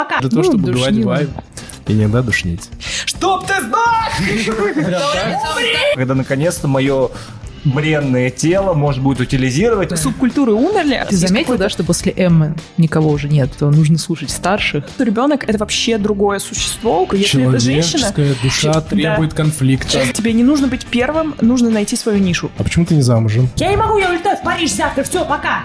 Для того, чтобы убивать вайб и иногда душнить. Чтоб ты знал! Когда наконец-то мое бренное тело может будет утилизировать. Субкультуры умерли. Ты заметил, да, что после Эммы никого уже нет, то нужно слушать старших. Ребенок — это вообще другое существо. Если это женщина... Человеческая душа требует конфликта. Тебе не нужно быть первым, нужно найти свою нишу. А почему ты не замужем? Я не могу, я улетаю в Париж завтра, все, пока!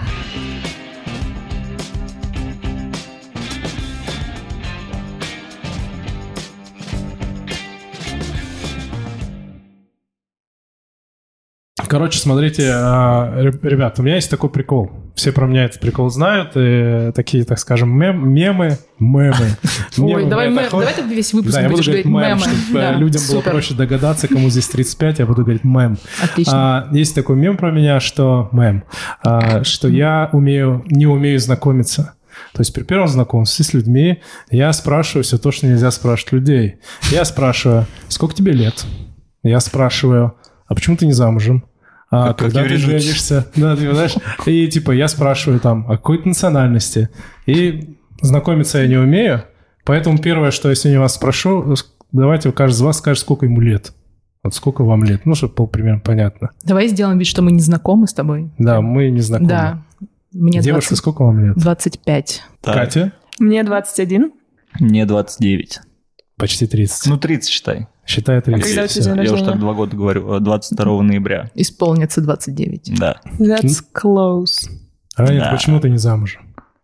Короче, смотрите, ребят, у меня есть такой прикол. Все про меня этот прикол знают, и такие, так скажем, мемы. Ой, давай ты весь выпуск да, будешь говорить мемы. Чтобы людям было проще догадаться, кому здесь 35, я буду говорить мем. Отлично. Есть такой мем про меня, что что я не умею знакомиться. То есть при первом знакомстве с людьми я спрашиваю все то, что нельзя спрашивать людей. Я спрашиваю, сколько тебе лет? Я спрашиваю, а почему ты не замужем? Когда ты женишься? Да, ты знаешь. И типа я спрашиваю там, о какой ты национальности? И знакомиться я не умею, поэтому первое, что я сегодня вас спрошу, давайте каждый из вас скажет, сколько ему лет. Вот сколько вам лет? Ну, чтобы было примерно понятно. Давай сделаем вид, что мы не знакомы с тобой. Да, мы не знакомы. Да. Мне девушка, сколько вам лет? 25. Так. Катя? Мне 21. Мне 29. Почти 30. Ну, 30 считай. Считай 30. Я уже так 2 года говорю. 22 ноября. Исполнится 29. Да. That's close. Аня, Да. почему ты не замужем?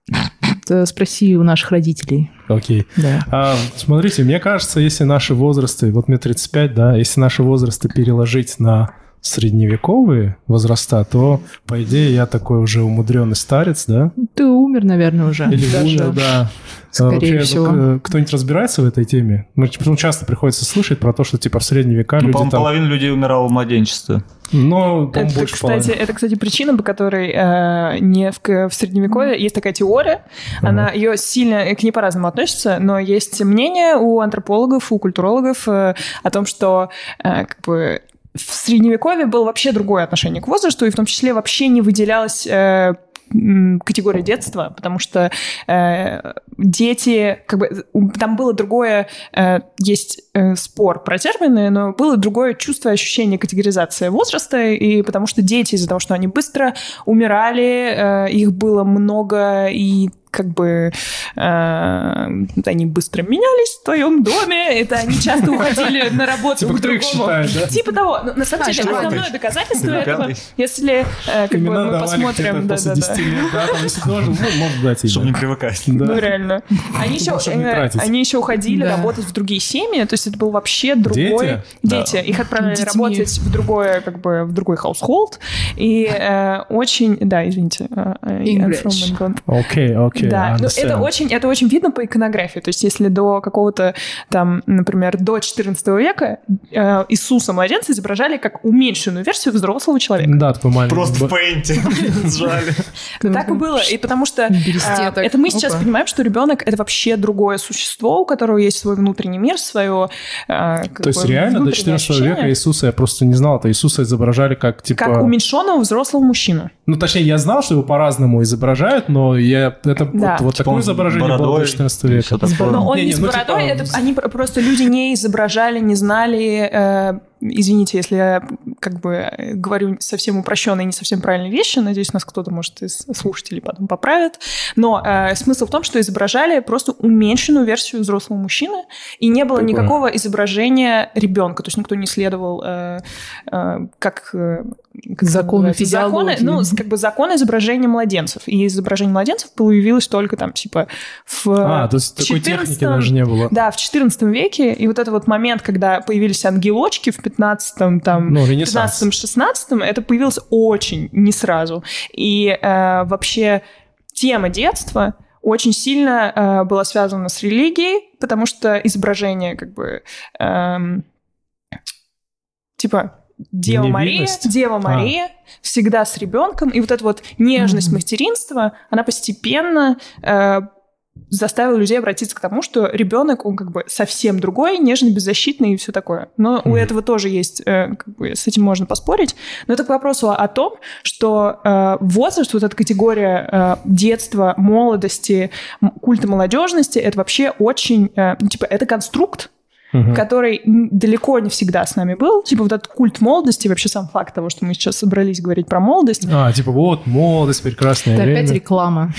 Спроси у наших родителей. Окей. Да. Смотрите, мне кажется, если наши возрасты, вот мне 35, да, если наши возрасты переложить на средневековые возраста, то, по идее, я такой уже умудренный старец, да? Ты умер, наверное, уже. Или умер, да. Скорее всего. Кто-нибудь разбирается в этой теме? Ну, часто приходится слышать про то, что типа в средние века люди по-моему, там... половина людей умирала в младенчестве. Ну, там Это, больше половины. это, кстати, причина, по которой в Средневековье есть такая теория, ее сильно к ней по-разному относятся, но есть мнение у антропологов, у культурологов о том, что как бы в Средневековье было вообще другое отношение к возрасту, и в том числе вообще не выделялась категория детства, потому что дети, как бы, там было другое, есть спор про термины, но было другое чувство, ощущение, категоризация возраста, и потому что дети из-за того, что они быстро умирали, их было много, и как бы они быстро менялись в твоем доме, это они часто уходили на работу к другому. Типа того. На самом деле, основное доказательство этого, если мы посмотрим... Чтобы не привыкать. Ну, реально. Они еще уходили работать в другие семьи, то есть это был вообще другой... Дети. Их отправляли работать в другое, как бы, в другой household. И очень... Да, извините. Окей. Да, но это очень видно по иконографии. То есть если до какого-то там, например, до 14 века Иисуса младенца изображали как уменьшенную версию взрослого человека. Да, такой маленький. Просто в пейнте сжали. Так и было. И потому что это мы сейчас понимаем, что ребенок — это вообще другое существо, у которого есть свой внутренний мир, свое то есть реально до 14 века Иисуса, я просто не знал, это Иисуса изображали как типа... Как уменьшенного взрослого мужчину. Ну, точнее, я знал, что его по-разному изображают, но вот такое изображение было до 14 века. Но он не с бородой, они просто люди не изображали, не знали... Извините, если я как бы говорю совсем упрощенные, не совсем правильные вещи. Надеюсь, нас кто-то, может, из слушателей потом поправит. Но смысл в том, что изображали просто уменьшенную версию взрослого мужчины, и не было никакого изображения ребенка. То есть никто не следовал как законы физиологии. Ну, как бы законы изображения младенцев. И изображение младенцев появилось только там, типа, то есть такой техники даже не было. Да, в 14 веке. И вот этот вот момент, когда появились ангелочки в 15-м, там, 15-м, 16-м, это появилось очень не сразу. И вообще тема детства очень сильно была связана с религией, потому что изображение как бы типа Дева Мария всегда с ребенком, и вот эта вот нежность материнства, она постепенно заставило людей обратиться к тому, что ребенок, он как бы совсем другой, нежный, беззащитный и все такое. Но у этого тоже есть, как бы, с этим можно поспорить. Но это к вопросу о том, что возраст, вот эта категория детства, молодости, культа молодежности, это вообще очень, это конструкт, который далеко не всегда с нами был. Типа вот этот культ молодости, вообще сам факт того, что мы сейчас собрались говорить про молодость. Вот, молодость, прекрасное время. Это опять реклама.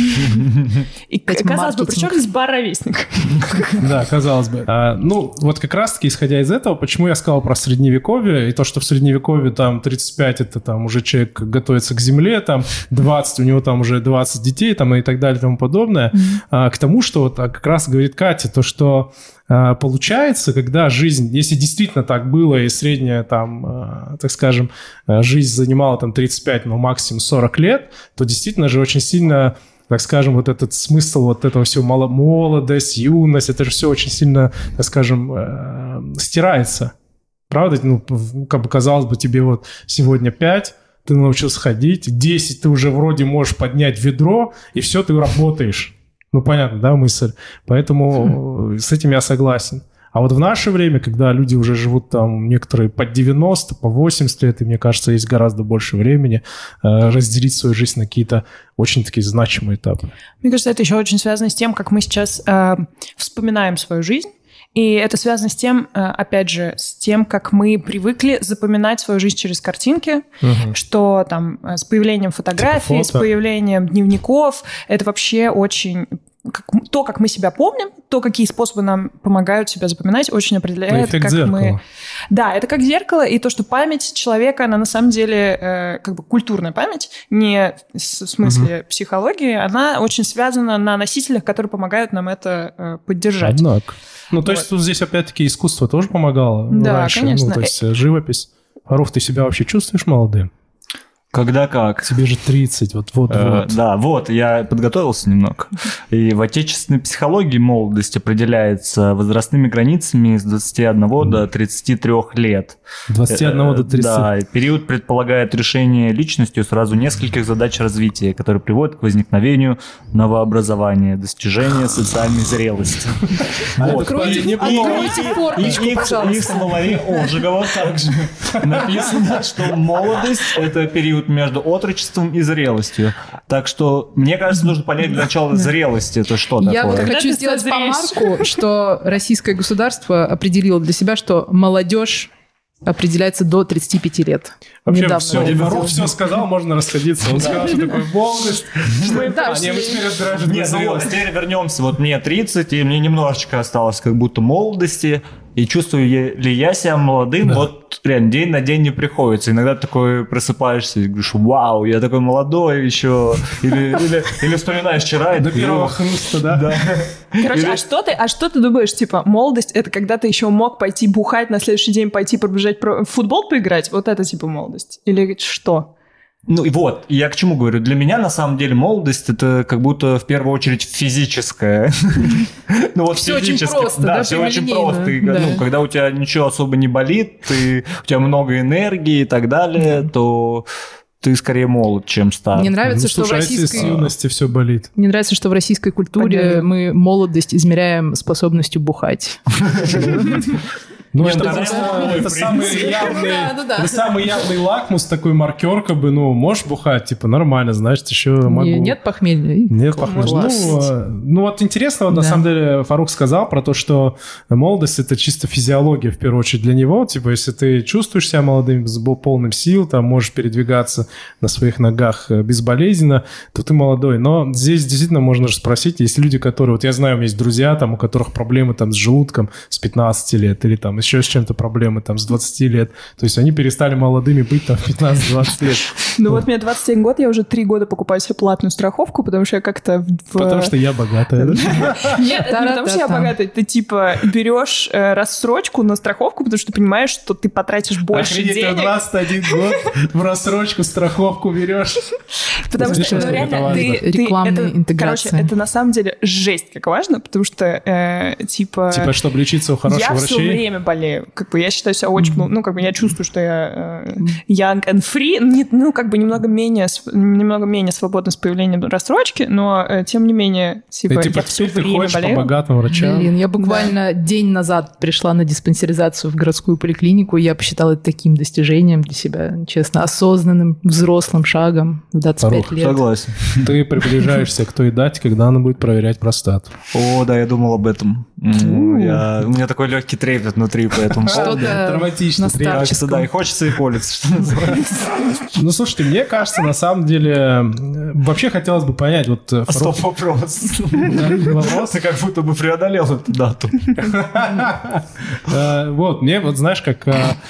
И, казалось бы, причем здесь бар-ровесник? Да, казалось бы. Вот как раз-таки, исходя из этого, почему я сказал про Средневековье, и то, что в Средневековье там 35, это там уже человек готовится к земле, там 20, у него там уже 20 детей, там и так далее и тому подобное, к тому, что вот как раз говорит Катя, то, что получается, когда жизнь, если действительно так было, и средняя там, так скажем, жизнь занимала там 35, но максимум 40 лет, то действительно же очень сильно, так скажем, вот этот смысл вот этого всего, молодость, юность, это же все очень сильно, так скажем, стирается. Правда? Как бы казалось бы, тебе вот сегодня 5, ты научился ходить, 10 ты уже вроде можешь поднять ведро, и все, ты работаешь. Понятно, да, мысль? Поэтому с этим я согласен. А вот в наше время, когда люди уже живут там, некоторые по 90, по 80 лет, и мне кажется, есть гораздо больше времени разделить свою жизнь на какие-то очень такие значимые этапы. Мне кажется, это еще очень связано с тем, как мы сейчас вспоминаем свою жизнь. И это связано с тем, опять же, с тем, как мы привыкли запоминать свою жизнь через картинки, что там с появлением фотографий, с появлением дневников, это вообще очень... То, как мы себя помним, то, какие способы нам помогают себя запоминать, очень определяет, как зеркала. мы... Да, это как зеркало, и то, что память человека, она на самом деле как бы культурная память, не в смысле психологии, она очень связана на носителях, которые помогают нам это поддержать. Однако. То есть тут здесь опять-таки искусство тоже помогало раньше. Конечно. То есть живопись. Фарух, ты себя вообще чувствуешь молодым? Когда как? Тебе же 30, вот. Да, я подготовился немного. И в отечественной психологии молодость определяется возрастными границами с 21 до 33 лет. 21 до 30. Да, и период предполагает решение личностью сразу нескольких задач развития, которые приводят к возникновению новообразования, достижению социальной зрелости. Откройте форточку, И в пожалуйста. словаре Ожегова также написано, что молодость – это период между отрочеством и зрелостью. Так что, мне кажется, нужно понять для начала зрелости. Это что такое? Я вот хочу сделать помарку, что российское государство определило для себя, что молодежь определяется до 35 лет. Вообще, Фарух все сказал, можно расходиться. Он сказал, что такое молодость. Мы теперь разбираем Нет, теперь вернемся. Вот мне 30, и мне немножечко осталось как будто молодости. И чувствую ли я себя молодым, вот реально день на день не приходится. Иногда такой просыпаешься и говоришь, вау, я такой молодой еще. Или вспоминаешь вчера. До первого хруста, да? Короче, а что ты думаешь, типа, молодость — это когда ты еще мог пойти бухать, на следующий день пойти пробежать, в футбол поиграть? Вот это типа молодость? Или что? И вот, я к чему говорю. Для меня, на самом деле, молодость – это как буду в первую очередь физическая. Все очень просто, да, все очень просто. Да. Когда у тебя ничего особо не болит, у тебя много энергии и так далее, то ты скорее молод, чем стар. Мне нравится, что в российской... с юности все болит. Мне нравится, что в российской культуре мы молодость измеряем способностью бухать. Это самый явный лакмус, такой маркер, как бы, можешь бухать, типа, нормально, значит, еще могу. Нет похмелья. Нет похмелья. Вот интересно, на самом деле, Фарух сказал про то, что молодость — это чисто физиология, в первую очередь, для него. Типа, если ты чувствуешь себя молодым, с полным сил, там, можешь передвигаться на своих ногах безболезненно, то ты молодой. Но здесь действительно можно же спросить, есть люди, которые... Вот я знаю, у меня есть друзья, там, у которых проблемы там с желудком с 15 лет, или там еще с чем-то проблемы там с 20 лет. То есть они перестали молодыми быть там в 15-20 лет. Вот мне 21 год, я уже 3 года покупаю себе платную страховку, потому что я как-то... Потому что я богатая. Нет, это не потому что я богатая. Ты типа берешь рассрочку на страховку, потому что ты понимаешь, что ты потратишь больше денег. 21 год в рассрочку страховку берешь. Потому что реально рекламная интеграция. Короче, это на самом деле жесть как важно, потому что типа... Типа, чтобы лечиться у хорошего врача. Я все время болею. Как бы я считаю себя очень... Ну, как бы я чувствую, что я young and free. Ну, как бы немного менее свободно с появлением рассрочки, но тем не менее, типа, ты, я все время ходишь болею. по богатым врачам. Блин, я буквально день назад пришла на диспансеризацию в городскую поликлинику, и я посчитала это таким достижением для себя, честно, осознанным, взрослым шагом в 25 лет. Согласен. Ты приближаешься к той дате, когда она будет проверять простату. О, да, я думал об этом. У меня такой легкий трепет внутри по этому поводу. Что-то травматично. Кажется, да, и хочется и колется, что называется. Ну, слушайте, мне кажется, на самом деле, вообще хотелось бы понять, вот... Стоп, вопрос. Вопрос? Ты как будто бы преодолел эту дату. Вот, мне вот, знаешь, как...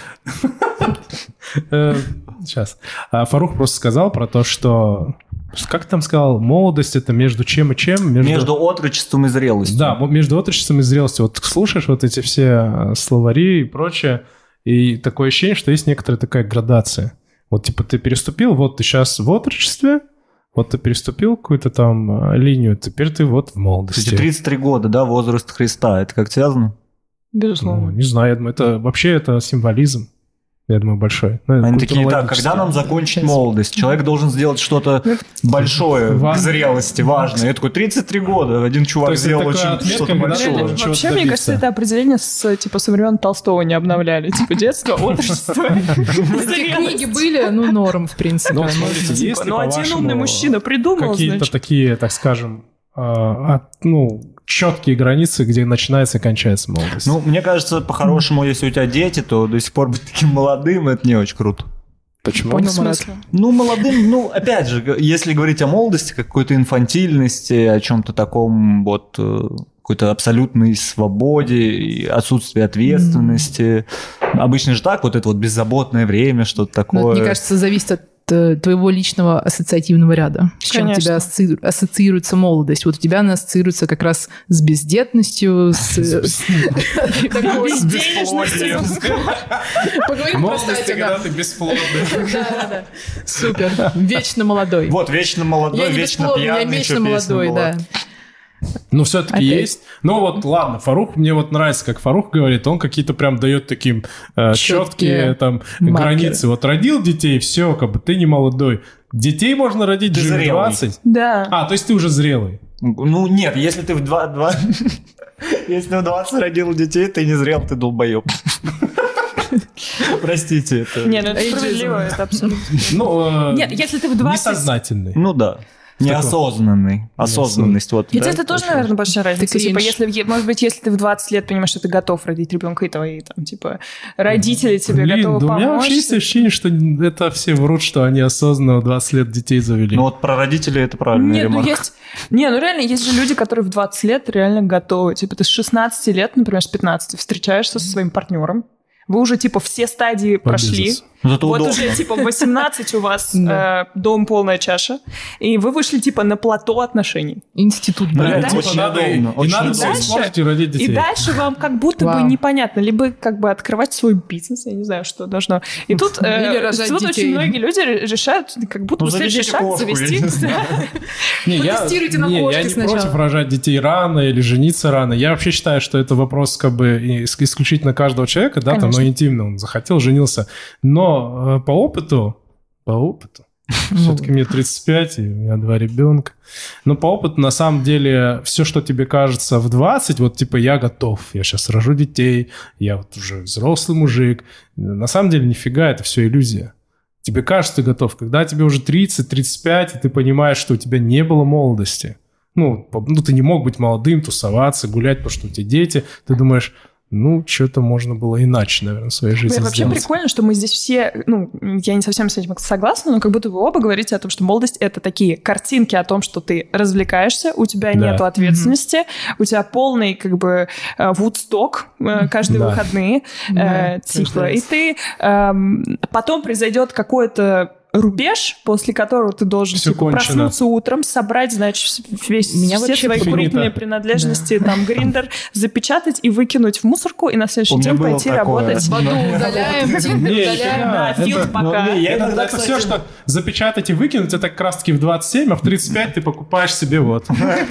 Сейчас. Фарух просто сказал про то, что... Как ты там сказал? Молодость — это между чем и чем? Между отрочеством и зрелостью. Да, между отрочеством и зрелостью. Вот слушаешь вот эти все словари и прочее, и такое ощущение, что есть некоторая такая градация. Вот типа ты переступил, вот ты сейчас в отрочестве, вот ты переступил какую-то там линию, теперь ты вот в молодости. Кстати, 33 года, да, возраст Христа. Это как связано? Безусловно. Ну, не знаю, я думаю, это вообще это символизм. Я думаю, большой. Они такие, так, когда нам закончить молодость? Человек должен сделать что-то большое к зрелости, важное. Я такой, 33 года, один чувак сделал что-то большое. Вообще, мне кажется, это определение со времен Толстого не обновляли. Типа детство, отрочество, книги были, ну, норм, в принципе. Ну, смотрите, если, ну, один умный мужчина придумал, какие-то такие, так скажем, четкие границы, где начинается и кончается молодость. Ну, мне кажется, по-хорошему, если у тебя дети, то до сих пор быть таким молодым, это не очень круто. Почему? Понял, Марат. Ну, молодым, ну, опять же, если говорить о молодости, какой-то инфантильности, о чем-то таком вот какой-то абсолютной свободе и отсутствии ответственности. Обычно же так, вот это вот беззаботное время, что-то такое. Ну, мне кажется, зависит от твоего личного ассоциативного ряда, с чем у тебя ассоциируется молодость. Вот у тебя она ассоциируется как раз с бездетностью, с безденежностью. Поговорим про молодость, когда ты бесплодный. Да. Супер. Вечно молодой. Вот, вечно молодой, вечно пьяный. Я вечно молодой, да. Ну, все-таки есть. Ну, вот, ладно, Фарух, мне вот нравится, как Фарух говорит, он какие-то прям дает таким четкие там границы. Вот родил детей, все, как бы ты не молодой. Детей можно родить даже в 20. Да. То есть ты уже зрелый. Ну, нет, если ты в 20 родил детей, ты не зрел, ты долбоеб. Простите, это... Нет, это справедливо, это абсолютно. Нет, если ты в 20... Несознательный. Ну, да. Неосознанный. Осознанность. Вот, ведь это тоже, наверное, большая разница. Типа, может быть, если ты в 20 лет понимаешь, что ты готов родить ребенка, и твои там, типа, родители тебе готовы помочь. У меня вообще есть ощущение, что это все врут, что они осознанно в 20 лет детей завели. Ну вот про родителей это правильная ремарка. Ну реально, есть же люди, которые в 20 лет реально готовы. Типа, ты с 16 лет, например, с 15 встречаешься со своим партнером, вы уже, типа, все стадии прошли. Вот удобно. Уже, типа, 18 у вас дом полная чаша, и вы вышли, типа, на плато отношений. Институт. Очень удобно. И надо все сможете родить детей. И дальше вам как будто бы непонятно, либо как бы открывать свой бизнес, я не знаю, что должно. И тут очень многие люди решают, как будто бы следующий шаг завести. Тестируйте на кошке сначала. Я не сначала. против рожать детей рано или жениться рано. Я вообще считаю, что это вопрос как бы исключительно каждого человека, да, там, но интимно он захотел, женился. Но по опыту, все-таки мне 35, и у меня 2 ребенка, но по опыту, на самом деле, все, что тебе кажется в 20, вот типа я готов, я сейчас рожу детей, я вот уже взрослый мужик, на самом деле нифига, это все иллюзия. Тебе кажется, ты готов, когда тебе уже 30-35, и ты понимаешь, что у тебя не было молодости. Ну, ты не мог быть молодым, тусоваться, гулять, потому что у тебя дети, ты думаешь... Ну, что-то можно было иначе, наверное, в своей жизни вообще сделать. Прикольно, что мы здесь все, я не совсем с этим согласна, но как будто вы оба говорите о том, что молодость — это такие картинки о том, что ты развлекаешься, у тебя нету ответственности, у тебя полный, как бы, вудсток каждые выходные, типа, и ты... Потом произойдет какое-то рубеж, после которого ты должен проснуться утром, собрать, значит, все свои курительные принадлежности, там, гриндер, запечатать и выкинуть в мусорку, и на следующий день пойти работать. Воду удаляем, фильтр пока. Это все, что запечатать и выкинуть, это как раз-таки в 27, а в 35 ты покупаешь себе вот.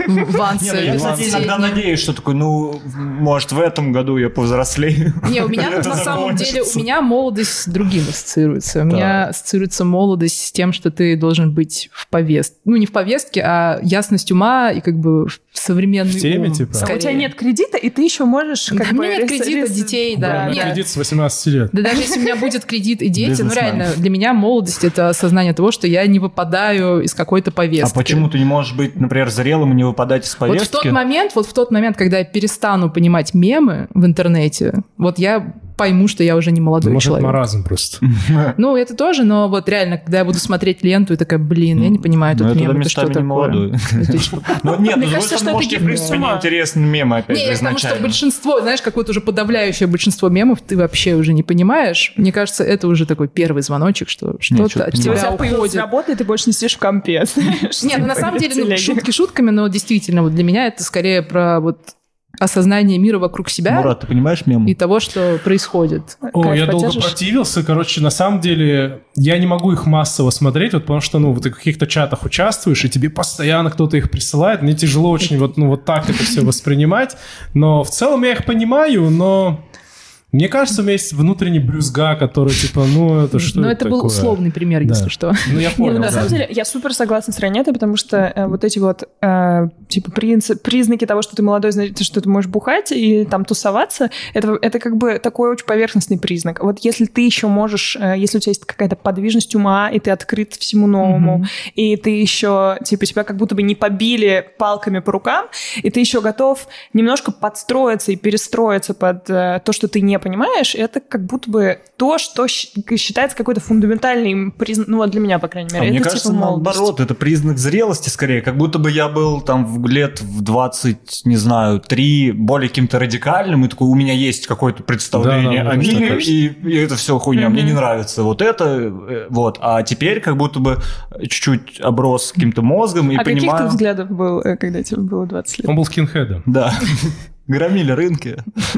Вансы. Я, кстати, иногда надеюсь, что такой, может, в этом году я повзрослею. Не, у меня на самом деле, у меня молодость с другим ассоциируется. У меня ассоциируется молодость с тем, что ты должен быть в повестке. Ну, не в повестке, а ясность ума и как бы современный в теме, ум. типа. А у тебя нет кредита, и ты еще можешь... У меня нет кредита, детей, да. У меня кредит с 18 лет. Да даже если у меня будет кредит и дети, ну реально, для меня молодость — это осознание того, что я не выпадаю из какой-то повестки. А почему ты не можешь быть, например, зрелым и не выпадать из повестки? Вот в тот момент, когда я перестану понимать мемы в интернете, вот я пойму, что я уже не молодой человек. Может, маразм просто. Ну, это тоже, но вот реально, когда я буду смотреть ленту и такая, блин, я не понимаю этот мем, это что такое? Молодой. Ну, нет, ну, кажется, может, тебе, в принципе, не интересны мемы, опять же, изначально. Потому что большинство, знаешь, какое-то уже подавляющее большинство мемов ты вообще уже не понимаешь. Мне кажется, это уже такой первый звоночек, что что-то от тебя уходит. Работа, и ты больше не сидишь в компе. Нет, ну, на самом деле, шутки шутками, но действительно, вот для меня это скорее про вот осознание мира вокруг себя. Мурат, ты понимаешь мем? И того, что происходит. Я долго противился. Короче, на самом деле, я не могу их массово смотреть, вот потому что, ты в каких-то чатах участвуешь, и тебе постоянно кто-то их присылает. Мне тяжело очень вот так это все воспринимать. Но в целом я их понимаю, но... Мне кажется, у меня есть внутренний брюзга, который типа, это что это такое? Был условный пример, если что. Ну, я понял, на самом деле, я супер согласна с Ранетой, потому что вот эти вот, типа, признаки того, что ты молодой, значит, что ты можешь бухать и там тусоваться, это как бы такой очень поверхностный признак. Вот если ты еще можешь, если у тебя есть какая-то подвижность ума, и ты открыт всему новому, и ты еще, типа, тебя как будто бы не побили палками по рукам, и ты еще готов немножко подстроиться и перестроиться под то, что ты не понимаешь, это как будто бы то, что считается какой-то фундаментальный признак, вот для меня, по крайней мере. Мне кажется, наоборот, это признак зрелости скорее, как будто бы я был там лет в 20, не знаю, 3 более каким-то радикальным, и такой, у меня есть какое-то представление о мире, и это все хуйня, мне не нравится вот это, вот, а теперь как будто бы чуть-чуть оброс каким-то мозгом и понимаю... каких ты взглядов был, когда тебе было 20 лет? Он был скинхедом. Да. Громили рынки.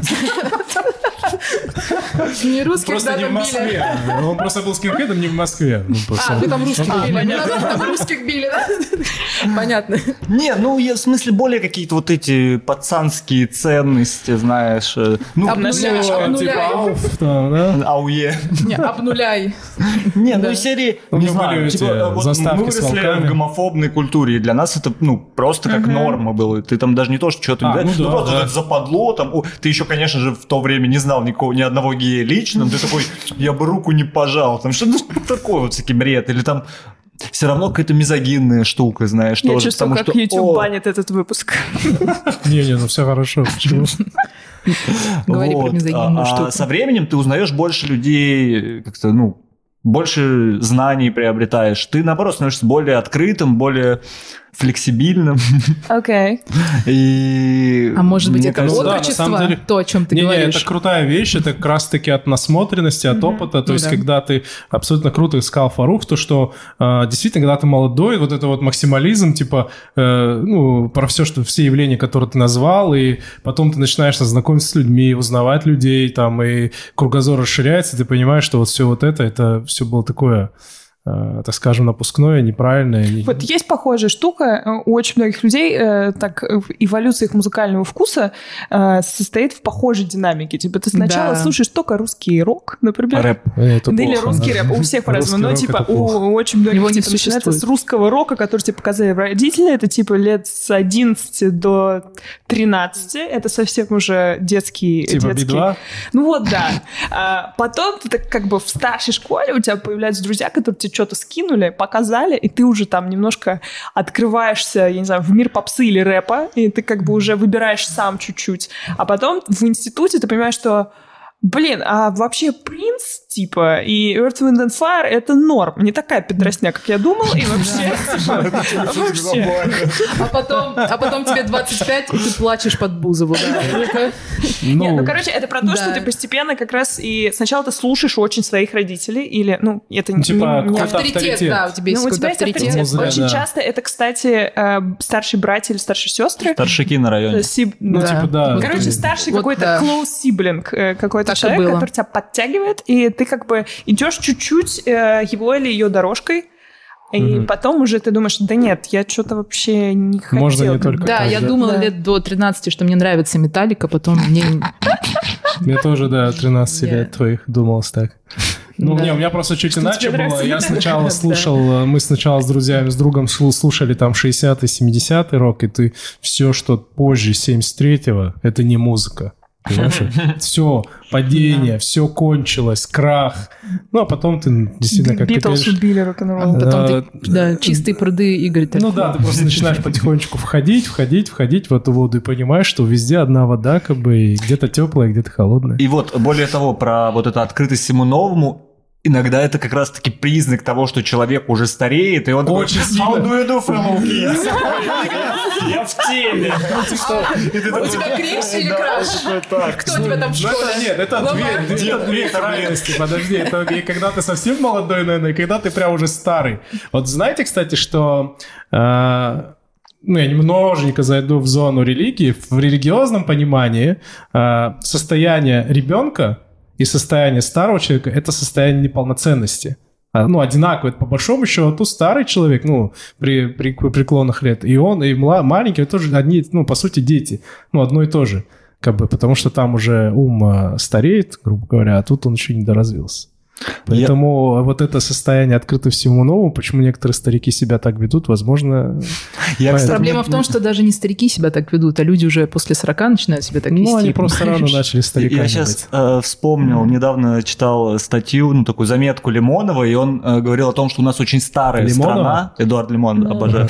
Не русских просто не в Москве. Он просто был скинхедом не в Москве. Вы там русских били. Там русских били, да? Понятно. Не, в смысле, более какие-то вот эти пацанские ценности, знаешь. Обнуляй. Ауе. Не, обнуляй. Не, из серии, не знаю, типа, мы выросли в гомофобной культуре, и для нас это, просто как норма было. Ты там даже не то, что что-то... просто это западло, там, ты еще, конечно же, в то время не знал ни одного гея лично, ты такой, я бы руку не пожал, там что такое вот всякий бред, или там все равно какая-то мизогинная штука, знаешь, я тоже. Я чувствую, как YouTube банит этот выпуск. Не, все хорошо, почему? Говори про мизогинную штуку. А со временем ты узнаешь больше людей, как-то, больше знаний приобретаешь. Ты, наоборот, становишься более открытым, более флексибильным. Окей. А может быть, это отрочество, то, о чем ты говоришь? Не, это крутая вещь, это как раз-таки от насмотренности, от опыта. То есть, когда ты абсолютно круто сказал, Фарух, то, что действительно, когда ты молодой, вот это вот максимализм, типа, про все явления, которые ты назвал, и потом ты начинаешь знакомиться с людьми, узнавать людей, там, и кругозор расширяется, и ты понимаешь, что вот все вот это все было такое... так скажем, напускное, неправильное. Вот есть похожая штука. У очень многих людей так эволюция их музыкального вкуса состоит в похожей динамике. Типа ты сначала слушаешь только русский рок, например. Рэп. Или русский рэп. У всех по-разному. Но типа у очень многих начинается с русского рока, который тебе показали родители. Это типа лет с 11 до 13. Это совсем уже детский. Типа Би-2? Ну вот, да. Потом ты как бы в старшей школе у тебя появляются друзья, которые тебе что-то скинули, показали, и ты уже там немножко открываешься, я не знаю, в мир попсы или рэпа, и ты как бы уже выбираешь сам чуть-чуть. А потом в институте ты понимаешь, что, а вообще Принц, типа, и Earth, Wind and Fire — это норм. Не такая пидоросня, как я думал, и вообще... А потом тебе 25, и ты плачешь под Бузову. Нет, ну, короче, это про то, что ты постепенно как раз и сначала ты слушаешь очень своих родителей, или, ну, это не авторитет, да, у тебя есть какой-то авторитет. Очень часто это, кстати, старшие братья или старшие сестры. Старшики на районе. Ну, типа, да. Короче, старший какой-то close sibling, какой-то человек, который тебя подтягивает, и ты как бы идешь чуть-чуть его или ее дорожкой, и потом уже ты думаешь, да нет, я что-то вообще не хотела. Можно не только да, так, я думала лет до 13, что мне нравится Металлика, потом мне... Мне тоже, да, 13 лет твоих думалось так. Ну, у меня просто чуть иначе было. Я сначала слушал, мы сначала с друзьями, с другом слушали там 60-й, 70-й рок, и ты все, что позже 73-го, это не музыка. Понимаешь? Все, падение, все кончилось, крах. Ну, а потом ты действительно, как ты говоришь... Битлз убили рок-н-ролл. Потом ты, да, чистые пруды Игорь Тальков. Ну да, ты просто начинаешь потихонечку входить в эту воду и понимаешь, что везде одна вода, как бы, и где-то теплая, где-то холодная. И вот, более того, про вот эту открытость всему новому, иногда это как раз-таки признак того, что человек уже стареет, и он очень такой, how do you do, fellow kids? Я в теме. У тебя кринж или краш? Кто тебя там в школе? Нет, это две крайности. Подожди, это когда ты совсем молодой, наверное, и когда ты прям уже старый. Вот знаете, кстати, что... Ну, я немножечко зайду в зону религии. В религиозном понимании состояние ребенка и состояние старого человека — это состояние неполноценности. Ну, одинаково. Это по большому счету старый человек, ну, при преклонных лет, и он, и маленький, тоже одни, ну, по сути, дети. Ну, одно и то же. Как бы, потому что там уже ум стареет, грубо говоря, а тут он еще не доразвился. Поэтому вот это состояние открыто всему новому, почему некоторые старики себя так ведут, возможно... Проблема в том, что даже не старики себя так ведут, а люди уже после 40 начинают себя так вести. Ну, они просто рано начали стариками. Я сейчас вспомнил, недавно читал статью, ну, такую заметку Лимонова, и он говорил о том, что у нас очень старая страна. Эдуард Лимон, обожаю.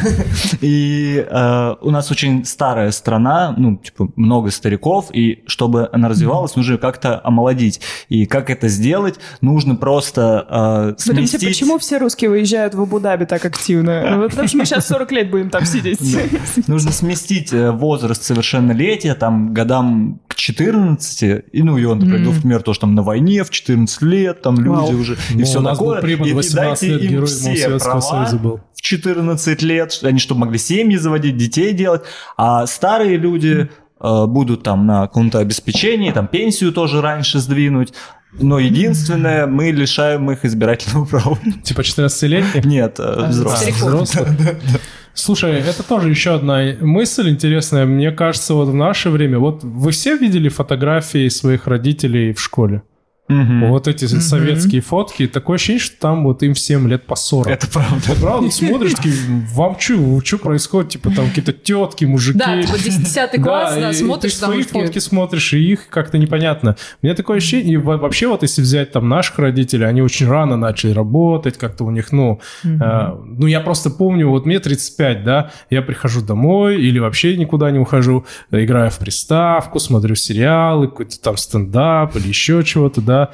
И у нас очень старая страна, ну, типа, много стариков, и чтобы она развивалась, нужно как-то омолодить. И как это сделать? Нужно просто сместить... Почему все русские выезжают в Абу-Даби так активно? Потому что мы сейчас 40 лет будем там сидеть. Нужно сместить возраст совершеннолетия, там, годам к 14, и, ну, и он привел в пример то, что там на войне в 14 лет, там люди уже, и все такое. И дайте им все права в 14 лет, они чтобы могли семьи заводить, детей делать, а старые люди будут там на каком-то обеспечении, там пенсию тоже раньше сдвинуть. Но единственное, мы лишаем их избирательного права. Типа 14-летних? Нет, взрослых. Слушай, это тоже еще одна мысль интересная. Мне кажется, вот в наше время... Вот вы все видели фотографии своих родителей в школе? Вот эти советские фотки. Такое ощущение, что там вот им всем лет по 40. Это правда. Ты правда смотришь, вам что происходит? Типа там какие-то тетки, мужики. Да, типа 10 класс, да, смотришь там. Ты свои фотки смотришь, и их как-то непонятно. У меня такое ощущение, и вообще вот если взять там наших родителей, они очень рано начали работать, как-то у них, ну, я просто помню, вот мне 35, да, я прихожу домой или вообще никуда не ухожу, играю в приставку, смотрю сериалы, какой-то там стендап или еще чего-то, да.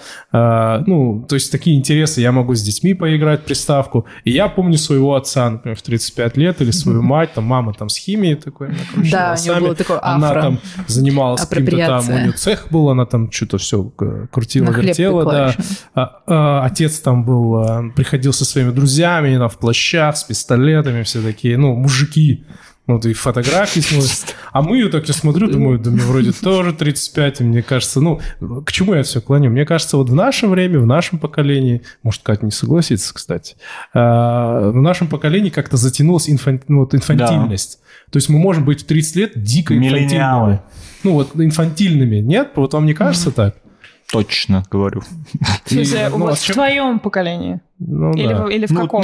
Ну, то есть такие интересы, я могу с детьми поиграть в приставку. И я помню своего отца, например, в 35 лет, или свою мать, там мама там с химией такой, да, у него было такое афро. Она там занималась каким-то там, у нее цех был, она там что-то все крутила, вертела, да. Отец там был, приходил со своими друзьями, там в плащах, с пистолетами, все такие, ну, мужики. Ну, ты фотографии смотришь. А мы ее так я смотрю, думаю, да мне вроде тоже 35, и мне кажется, ну, к чему я все клоню? Мне кажется, вот в наше время, в нашем поколении, может, Катя не согласится, кстати, в нашем поколении как-то затянулась инфантильность. Да. То есть мы можем быть в 30 лет дико инфантильными. Ну, вот инфантильными. Нет? Вот вам не кажется так? Точно говорю. В смысле, вот в твоем поколении? Ну, или в каком?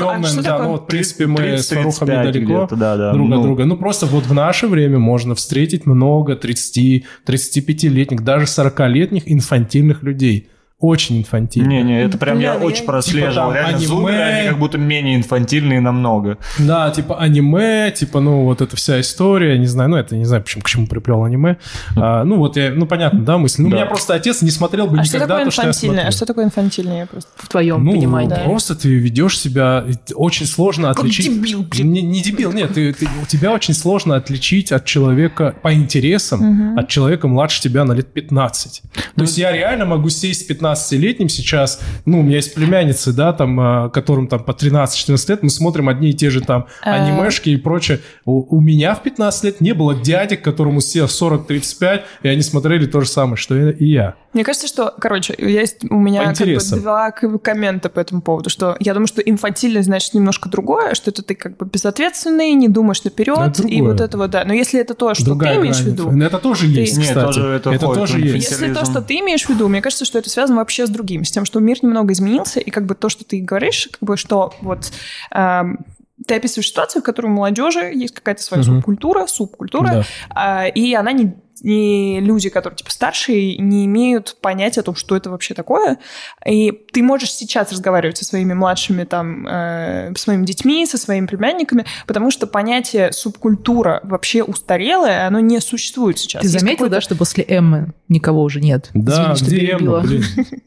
В принципе, мы с Фарухом недалеко друг от друга. Ну, просто вот в наше время можно встретить много 30-35-летних, даже 40-летних инфантильных людей. очень инфантильно. Не, это прям я очень прослеживал. Реально, зумеры, они как будто менее инфантильные намного. Да, типа аниме, типа, ну, вот эта вся история, не знаю, ну, это не знаю, почему, к чему приплел аниме. Ну, вот я, ну, понятно, да, мысль. Ну, у меня просто отец не смотрел бы никогда то, что я смотрел. А что такое инфантильное просто? В твоем понимании. Ну, просто ты ведешь себя, очень сложно отличить... Как дебил, не дебил, нет, у тебя очень сложно отличить от человека по интересам, от человека младше тебя на лет 15. То есть я реально могу сесть с 15-летним сейчас, ну, у меня есть племянницы, да, там, которым там по 13-14 лет, мы смотрим одни и те же там анимешки и прочее. У меня в 15 лет не было дядек, которому все 40-35, и они смотрели то же самое, что и я. Мне кажется, что, короче, есть у меня как бы два коммента по этому поводу, что я думаю, что инфантильность значит немножко другое, что это ты как бы безответственный, не думаешь наперед, и вот это вот, да. Но если это то, что другая ты имеешь в виду... Это тоже есть, кстати. Это тоже есть. Если то, что ты имеешь в виду, мне кажется, что это связано вообще с другим, с тем, что мир немного изменился, и как бы то, что ты говоришь, как бы что вот... Ты описываешь ситуацию, в которой у молодежи есть какая-то своя субкультура, да. И она не люди, которые типа старшие, не имеют понятия о том, что это вообще такое. И ты можешь сейчас разговаривать со своими младшими, там, с своими детьми, со своими племянниками, потому что понятие субкультура вообще устарелое, оно не существует сейчас. Ты заметил, да, что после Эммы никого уже нет? Да, где Эмма, блин?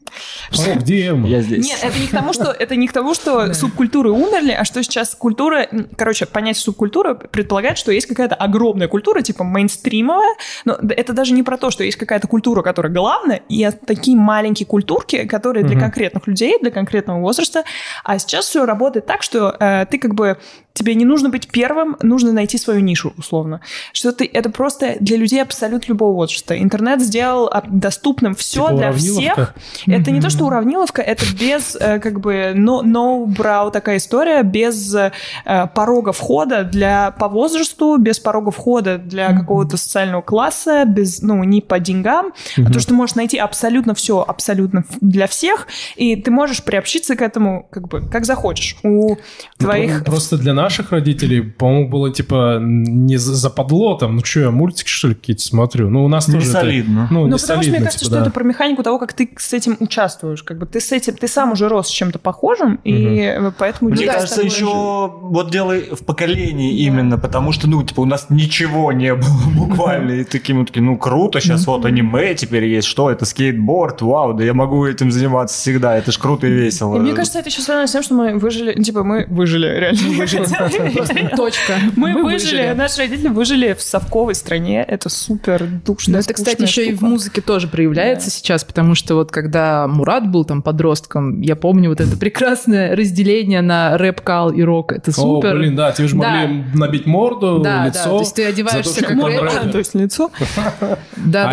Где Эмма? Я здесь. Нет, это не к тому, что субкультуры умерли, а что сейчас культура... Короче, понятие субкультуры предполагает, что есть какая-то огромная культура, типа мейнстримовая, но это даже не про то, что есть какая-то культура, которая главная, и такие маленькие культурки, которые для конкретных людей, для конкретного возраста. А сейчас все работает так, что ты как бы... Тебе не нужно быть первым, нужно найти свою нишу, условно. Это просто для людей абсолютно любого возраста. Интернет сделал доступным все типа для всех. Это не то, что уравниловка, это без как бы no-brow такая история, без порога входа по возрасту, без порога входа для какого-то социального класса, без, не по деньгам. А то, что ты можешь найти абсолютно все, абсолютно для всех, и ты можешь приобщиться к этому как бы как захочешь. У твоих... Просто для наших родителей, по-моему, было типа не западло там, ну что, я мультики, что ли, какие-то смотрю? Ну, у нас тоже... Не солидно. Ну, потому что мне кажется, что это про механику того, как ты с этим участвуешь. Как бы ты сам уже рос с чем-то похожим, и поэтому... Мне кажется, еще вот дело в поколении именно, потому что, у нас ничего не было буквально, и такие, круто, сейчас вот аниме теперь есть, что это, скейтборд, вау, да я могу этим заниматься всегда, это ж круто и весело. И мне кажется, это еще связано с тем, что мы выжили, реально выжили. Точка. Мы выжили, наши родители выжили в совковой стране, это супер душно. Это, кстати, еще и в музыке тоже проявляется сейчас, потому что вот когда Мурат был там подростком, я помню вот это прекрасное разделение на рэп-кал и рок, это супер. О, блин, да, тебе же могли набить морду, лицо. Да, то есть ты одеваешься как рэпер. То есть лицо? Да.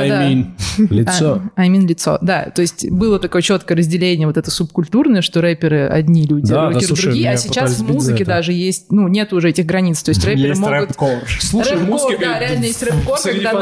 лицо. Лицо, да. То есть было такое четкое разделение вот это субкультурное, что рэперы одни люди, рокеры другие, а сейчас в музыке даже есть, нет уже этих границ, то есть рэперы есть могут... рэп-кор. Слушай, в музыке... Да, реально есть рэп-кор,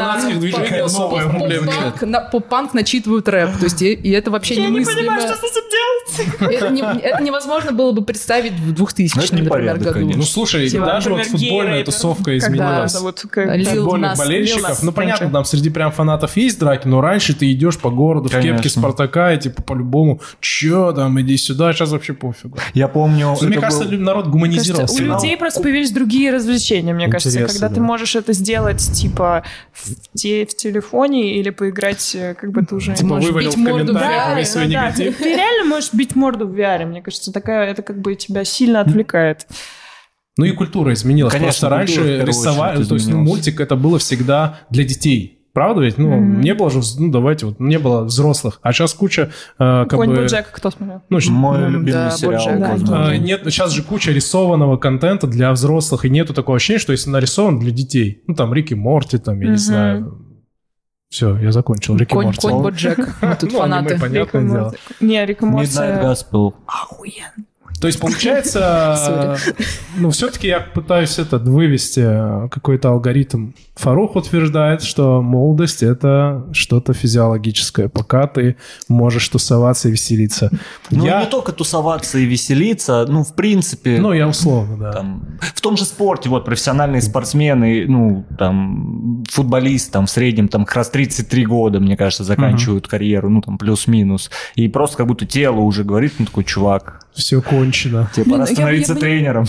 когда на поп-панк начитывают рэп, то есть и это вообще немыслимо. Я не понимаю, что с этим делать. Это невозможно было бы представить в 2000-м, например, году. Ну, слушай, даже вот футбольная тусовка изменилась. Футбольных болельщиков. Ну, понятно, там среди прям фанатов есть драки, но раньше ты идешь по городу в кепке Спартака и типа по-любому, чё там, иди сюда, сейчас вообще пофигу. Я помню... Мне кажется, народ гуманизировался. У людей просто появились другие развлечения, мне кажется, когда ты можешь это сделать, типа, в телефоне или поиграть, как бы ты уже... Типа вывалил в комментариях весь свой негатив. Ты реально можешь бить морду в VR, мне кажется, это как бы тебя сильно отвлекает. Ну и культура изменилась. Конечно, просто раньше рисовали, то есть мультик это было всегда для детей. Правда ведь? Не было же, не было взрослых. А сейчас куча Конь Боджека кто смотрел? Мой любимый сериал. Нет, сейчас же куча рисованного контента для взрослых, и нету такого ощущения, что если нарисован для детей. Там Рик и Морти, там, я не знаю... Все, я закончил. Рик и Морти. Конь Боджек. Мы тут фанаты. Понятное дело. Не, Рик и Морти... Midnight Gospel. Охуенно. То есть, получается, все-таки я пытаюсь вывести какой-то алгоритм. Фарух утверждает, что молодость — это что-то физиологическое, пока ты можешь тусоваться и веселиться. Не только тусоваться и веселиться, в принципе... я условно, да. В том же спорте, профессиональные спортсмены, футболист, в среднем, как раз 33 года, мне кажется, заканчивают карьеру, плюс-минус. И просто как будто тело уже говорит, такой, чувак... Все кончено. Тебе пора становиться тренером.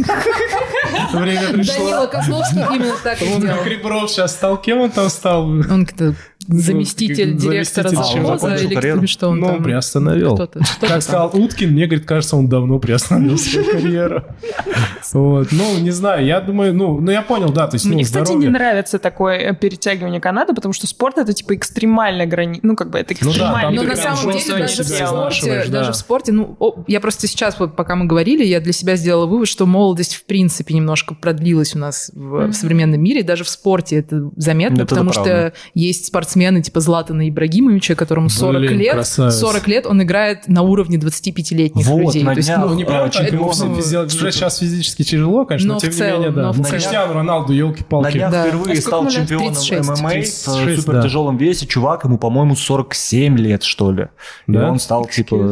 Время пришло. Данила Козловский именно так и сделал. Он Ребров сейчас стал. Кем он там стал? Он заместитель директора завода или что он там? Приостановил. Как сказал Уткин, мне, говорит, кажется, он давно приостановил свою карьеру. Не знаю, я думаю, я понял, да. Мне, кстати, не нравится такое перетягивание каната, потому что спорт — это экстремальная граница. Это экстремальная граница. Но на самом деле даже в спорте, я просто сейчас, пока мы говорили, я для себя сделала вывод, что молодость в принципе немножко продлилась у нас в современном мире, даже в спорте это заметно, потому что есть спортсмены типа Златана Ибрагимовича, которому 40 лет, он играет на уровне 25-летних людей. То есть, уже сейчас физически тяжело, конечно, но тем не менее, да. Криштиану Роналду, елки-палки. На днях впервые стал чемпионом ММА в супертяжелом весе, чувак, ему, по-моему, 47 лет, что ли. И он стал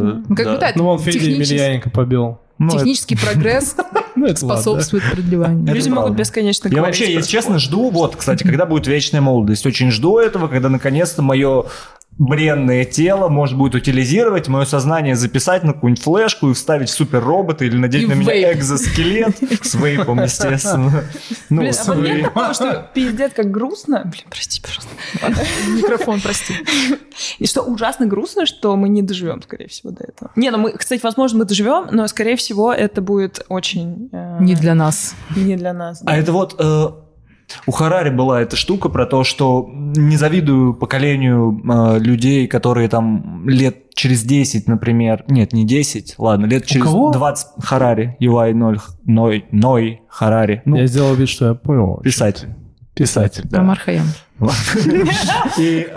он Федя Емельяненко побил. Технический прогресс способствует продлеванию. Люди могут бесконечно говорить. Я вообще, если честно, жду, кстати, когда будет вечная молодость. Очень жду этого, когда наконец-то мое бренное тело может будет утилизировать, мое сознание записать на какую-нибудь флешку и вставить в суперробота или надеть на меня экзоскелет с вейпом, естественно. Блин, а вот мне такое, что пиздец как грустно. Блин, прости, пожалуйста. Микрофон, прости. И что ужасно грустно, что мы не доживем, скорее всего, до этого. Кстати, возможно, мы доживем, но, скорее всего, это будет очень... Не для нас. Не для нас, да. А это у Харари была эта штука про то, что не завидую поколению людей, которые лет через 10, например... Нет, не 10, ладно, лет через 20... Харари, Ювай Ной Харари. Я сделал вид, что я понял. Писатель, да. Амар Хайям. И...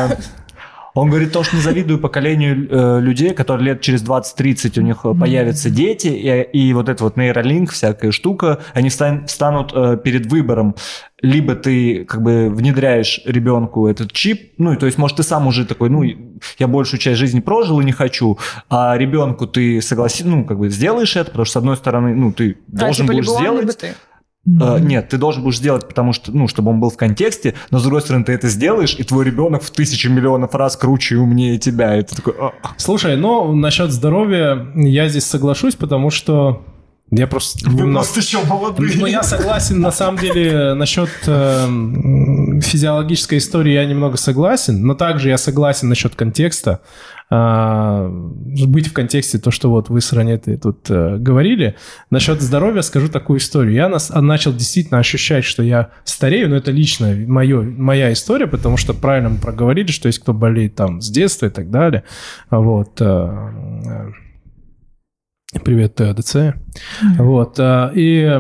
Он говорит, что не завидую поколению людей, которые лет через 20-30 у них появятся дети, и нейролинк, всякая штука, они встанут перед выбором. Либо ты внедряешь ребенку этот чип, то есть, может, ты сам уже такой, я большую часть жизни прожил и не хочу, а ребенку ты сделаешь это, потому что, с одной стороны, ты должен будешь сделать... Нет, ты должен будешь сделать, потому что, чтобы он был в контексте, но, с другой стороны, ты это сделаешь, и твой ребенок в 1000 миллионов раз круче и умнее тебя. Это такой... Слушай, насчет здоровья я здесь соглашусь, потому что я просто... Вы просто еще молодые. Я согласен, на самом деле, насчет физиологической истории я немного согласен, но также я согласен насчет контекста. Быть в контексте, то, что вы с Ранетой тут говорили. Насчет здоровья скажу такую историю. Я начал действительно ощущать, что я старею, но это лично моя история, потому что правильно мы проговорили, что есть кто болеет с детства и так далее. Привет, ТДЦ. И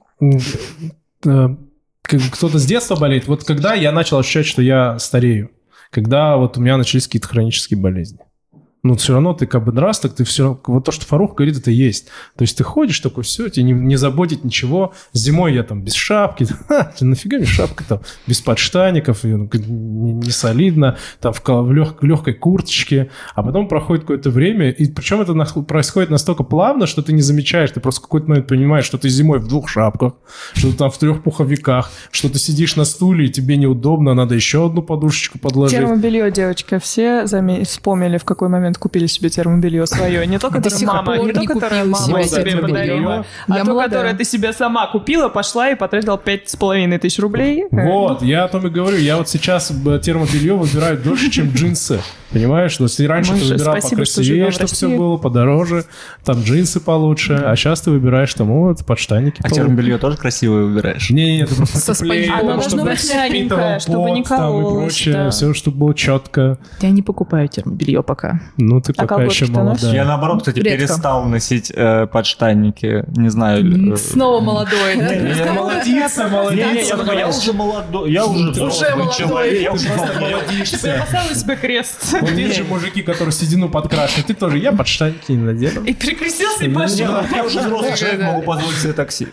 кто-то с детства болеет. Когда я начал ощущать, что я старею, когда у меня начались какие-то хронические болезни. Все равно ты раз, так ты все равно... То, что Фарух говорит, это есть. То есть ты ходишь такой, все, тебе не заботит ничего. Зимой я без шапки. Нафига мне шапка без подштаников, не солидно, в легкой курточке. А потом проходит какое-то время, и причем это происходит настолько плавно, что ты не замечаешь. Ты просто в какой-то момент понимаешь, что ты зимой в 2 шапках, что ты в 3 пуховиках, что ты сидишь на стуле, и тебе неудобно, надо еще одну подушечку подложить. Термобелье, девочка, все вспомнили, в какой момент купили себе термобелье свое. Не то, которое мама себе подарила, а то, которое ты себе сама купила, пошла и потратила 5500 рублей. Я о том и говорю. Я сейчас термобелье выбираю дольше, чем джинсы. Понимаешь? Если раньше ты выбирал покрасивее, чтобы все было подороже, джинсы получше, а сейчас ты выбираешь подштанники. А термобелье тоже красивое выбираешь? Не, ты просто теплее, чтобы мягенькое, чтобы не кололось. Все, чтобы было четко. Я не покупаю термобелье пока. Ты пока еще молодая. Я, наоборот, кстати, перестал носить подштанники. Не знаю. Снова молодой, да? Молодица. Я уже молодой. Я уже взрослый человек. Я уже поставила себе крест. Вот есть же мужики, которые седину подкрашивают. Ты тоже, я под штаники не надену. И перекрестился и пошел. Я уже взрослый человек, могу позволить себе такси.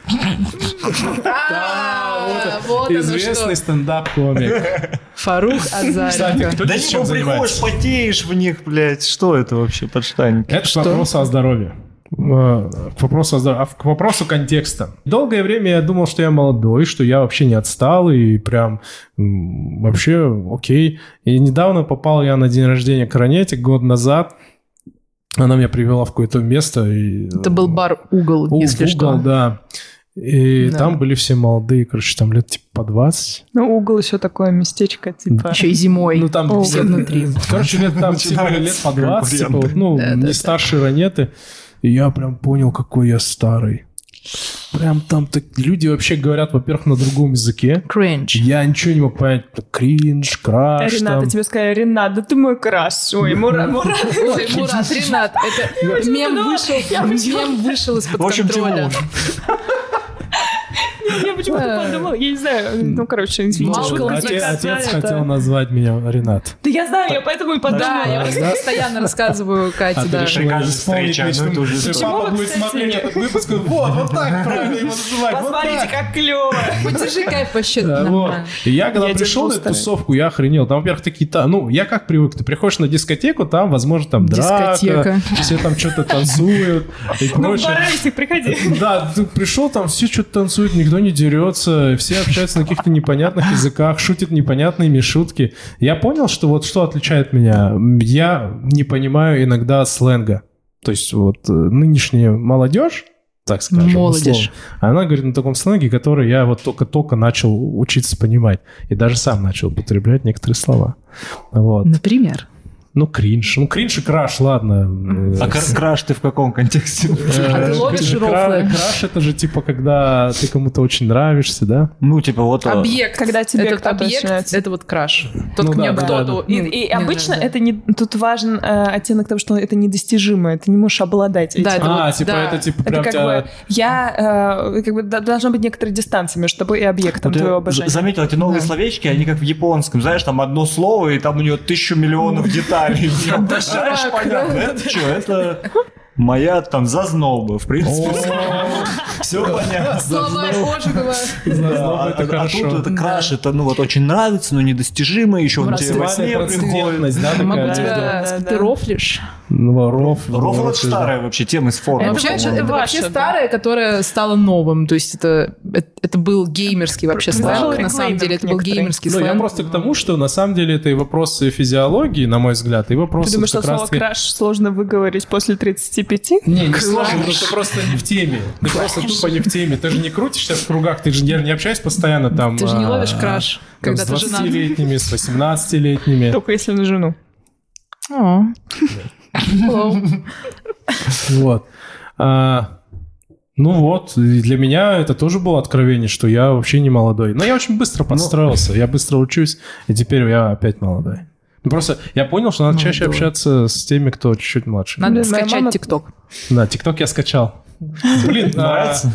Известный стендап-комик. Фарух Азаренко. Да не приходишь, потеешь в них, блядь. Что это вообще, подштанники? Это вопрос о здоровье. К вопросу контекста. Долгое время я думал, что я молодой, что я вообще не отстал и прям вообще окей. И недавно попал я на день рождения к Ранете, год назад. Она меня привела в какое-то место. Это был бар «Угол», если что. «Угол», да. И там были все молодые, короче, там лет типа по 20. Ну, «Угол» еще такое местечко, типа... Еще и зимой. Ну, там все внутри. Короче, лет по 20, типа, не старшие Ранеты. И я прям понял, какой я старый. Прям там люди вообще говорят, во-первых, на другом языке. Кринж. Я ничего не мог понять. Кринж, краш. Рената, тебе сказали, Ренат, да ты мой краш. Ой, Мурат. Ой, Мурат, Ренат, это мем вышел из-под контроля. Я почему-то подумала, я не знаю, ну, короче, извините. Отец хотел назвать меня Ренат. Да я знаю, я поэтому и подумала. Да, я постоянно рассказываю Кате, да. Каждая встреча одну и ту же историю. Папа будет смотреть этот выпуск, вот так правильно его называть. Посмотрите, как клево. Подержи кайф вообще нормально. И я, когда пришел на эту тусовку, я охренел. Там, во-первых, такие... Ну, я как привык, ты приходишь на дискотеку, там, возможно, там драка, все там что-то танцуют и прочее. Ну, в барайсик приходи. Да, ты пришел, там все что-то танцуют, никто не дерется, все общаются на каких-то непонятных языках, шутят непонятные шутки. Я понял, что вот что отличает меня. Я не понимаю иногда сленга. То есть вот нынешняя молодежь, так скажем, молодежь, она говорит на таком сленге, который я вот только-только начал учиться понимать. И даже сам начал употреблять некоторые слова. Вот. Например? Ну, кринж. Ну, кринж и краш, ладно. А краш ты в каком контексте? А ты ловишь рофлы? Краш — это же типа, когда ты кому-то очень нравишься, да? Ну, типа вот... Объект. Когда тебе этот кто-то объект, начинается. это вот краш. Тот, к нему кто-то... И обычно это не... Тут важен оттенок того, что это недостижимо, ты не можешь обладать этим. Это типа прям тебя... Как бы должна быть некоторая дистанция между тобой и объектом твоего обожания. Заметил, эти новые словечки, они как в японском, знаешь, там одно слово, и там у него 1000 миллионов деталей. Знаешь, понятно, это что, это моя там зазноба, в принципе. Все понятно. Словарь Ожегова. А тут это краш, это ну вот очень нравится, но недостижимо, еще он тебе во сне приходит. Ты рофлишь? Рофл — это старая вообще тема из форума. Это вообще старая, которая стала новым. То есть это был геймерский вообще сленг. На самом деле это был геймерский сленг. Я просто к тому, что на самом деле это и вопросы физиологии, на мой взгляд, и вопросы... Ты думаешь, что слово краш сложно выговорить после 35? Не сложно, но ты просто не в теме. Ты просто тупо не в теме. Ты же не крутишься в кругах, ты же не общаешься постоянно там... Ты же не ловишь краш, когда ты женат. С 20-летними, с 18-летними. Только если на жену. Вот. Ну вот, и для меня это тоже было откровение, что я вообще не молодой. Но я очень быстро подстроился, я быстро учусь, и теперь я опять молодой. Ну, просто я понял, что надо чаще общаться с теми, кто чуть-чуть младше. Надо скачать ТикТок. Да, ТикТок я скачал. Блин, нравится?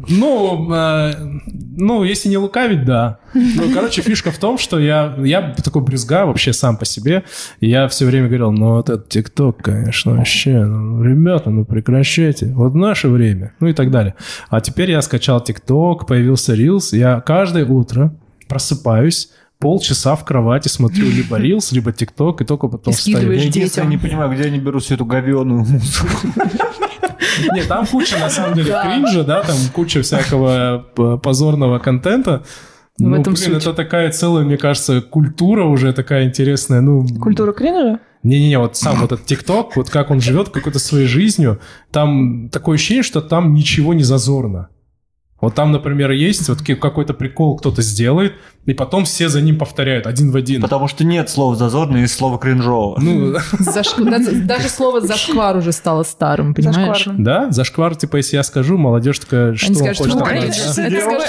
Ну, если не лукавить, да. Ну, короче, фишка в том, что я такой брюзга вообще сам по себе, и я все время говорил, ну, вот этот ТикТок, конечно, вообще, ребята, прекращайте, вот в наше время, ну и так далее. А теперь я скачал ТикТок, появился Reels, я каждое утро просыпаюсь, полчаса в кровати смотрю либо Reels, либо ТикТок, и только потом встаю. Я единственное не понимаю, где они берут всю эту говёную музыку. Нет, там куча, на самом деле, кринжа, да, там куча всякого позорного контента. Ну, блин, это такая целая, мне кажется, культура уже такая интересная. Культура кринжа? Не-не-не, вот сам вот этот ТикТок, вот как он живет какой-то своей жизнью, там такое ощущение, что там ничего не зазорно. Вот там, например, есть вот какой-то прикол кто-то сделает, и потом все за ним повторяют один в один. Потому что нет слова «зазорно» и слова «кринжово». Даже слово «зашквар» уже стало старым, понимаешь? Да? Зашквар, типа, если я скажу, молодежь такая, что он хочет такое? Ты что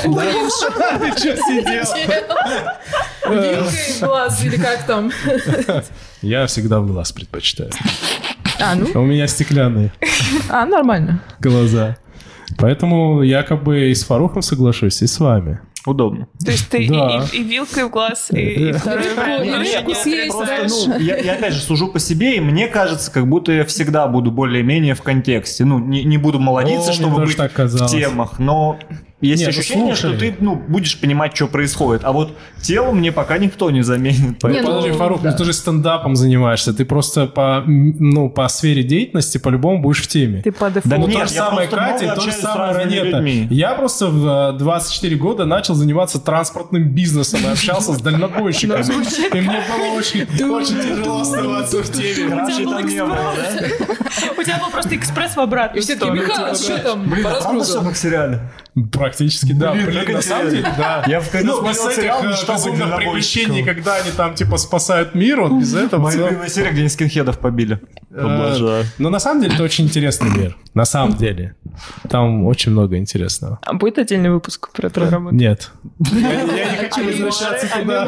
сидел? Вилкой в глаз или как там? Я всегда в глаз предпочитаю. У меня стеклянные. Нормально. Глаза. Поэтому я как бы и с Фарухом соглашусь, и с вами. Удобно. То есть ты и вилкой в глаз, и второй я опять же сужу по себе, и мне кажется, как будто я всегда буду более-менее в контексте. Ну, не буду молодиться, чтобы быть в темах, но... Есть ощущение, что ты будешь понимать, что происходит. А вот тело мне пока никто не заменит. Подожди, Фарук, ты же стендапом занимаешься. Ты просто по сфере деятельности по-любому будешь в теме. Ты по дефолту. То же самое Катя, то же самое Ранета. Я просто в 24 года начал заниматься транспортным бизнесом и общался с дальнобойщиками. И мне было очень тяжело оставаться в теме. У тебя был просто экспресс в обратную сторону. Что там? Правда, что как в сериале? Практически, да. Блин, на самом деле, да. Я в конце без этих безумных приключений, когда они там, типа, спасают мир, вот без этого... Моя любимая серия, где они скинхедов побили. Обожаю. Но на самом деле это очень интересный мир. На самом деле. Там очень много интересного. А будет отдельный выпуск про эту работу? Нет. Я не хочу возвращаться туда.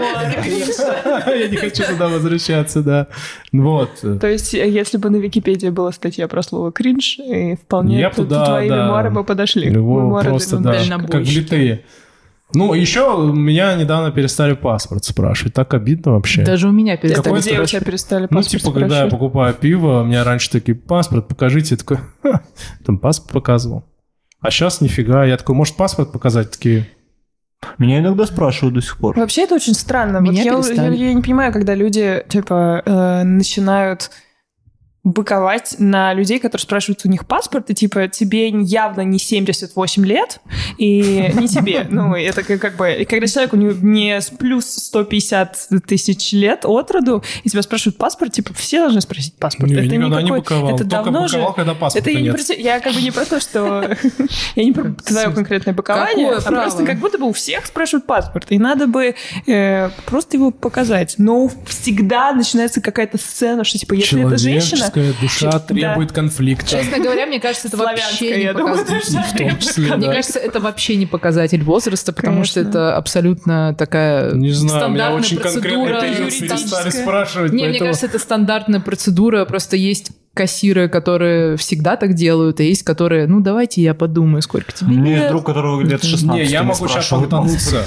Я не хочу туда возвращаться, да. Вот. То есть, если бы на Википедии была статья про слово «кринж», и вполне твои мемуары бы подошли. Просто, да, как влитые. Ну, еще меня недавно перестали паспорт спрашивать. Так обидно вообще. Даже у меня перестали. Где у тебя перестали паспорт спрашивать? Ну, типа, когда я покупаю пиво, у меня раньше такие: паспорт покажите. Я такой: там паспорт показывал. А сейчас нифига. Я такой: может, паспорт показать? Такие... Меня иногда спрашивают до сих пор. Вообще это очень странно. Меня вот я не понимаю, когда люди, типа, начинают... быковать на людей, которые спрашивают у них паспорт, и типа тебе явно не 78 лет, и не тебе. Ну, это как бы... И когда человеку не плюс 150 тысяч лет от роду, и тебя спрашивают паспорт, типа все должны спросить паспорт. Это никогда не быковал. Это давно же... когда паспорта нет. Я как бы не про то, что... Я не про твое конкретное быкование, а просто как будто бы у всех спрашивают паспорт, и надо бы просто его показать. Но всегда начинается какая-то сцена, что типа если это женщина... душа требует конфликта. Честно говоря, мне кажется, это вообще не показатель. В том числе, мне кажется, это вообще не показатель возраста, потому что это абсолютно такая стандартная процедура. Перестали спрашивать. Не, мне кажется, это стандартная процедура, просто есть кассиры, которые всегда так делают, а есть которые, ну, давайте я подумаю, сколько тебе лет. У меня есть друг, которого лет 16. Не, я могу сейчас подтянуться.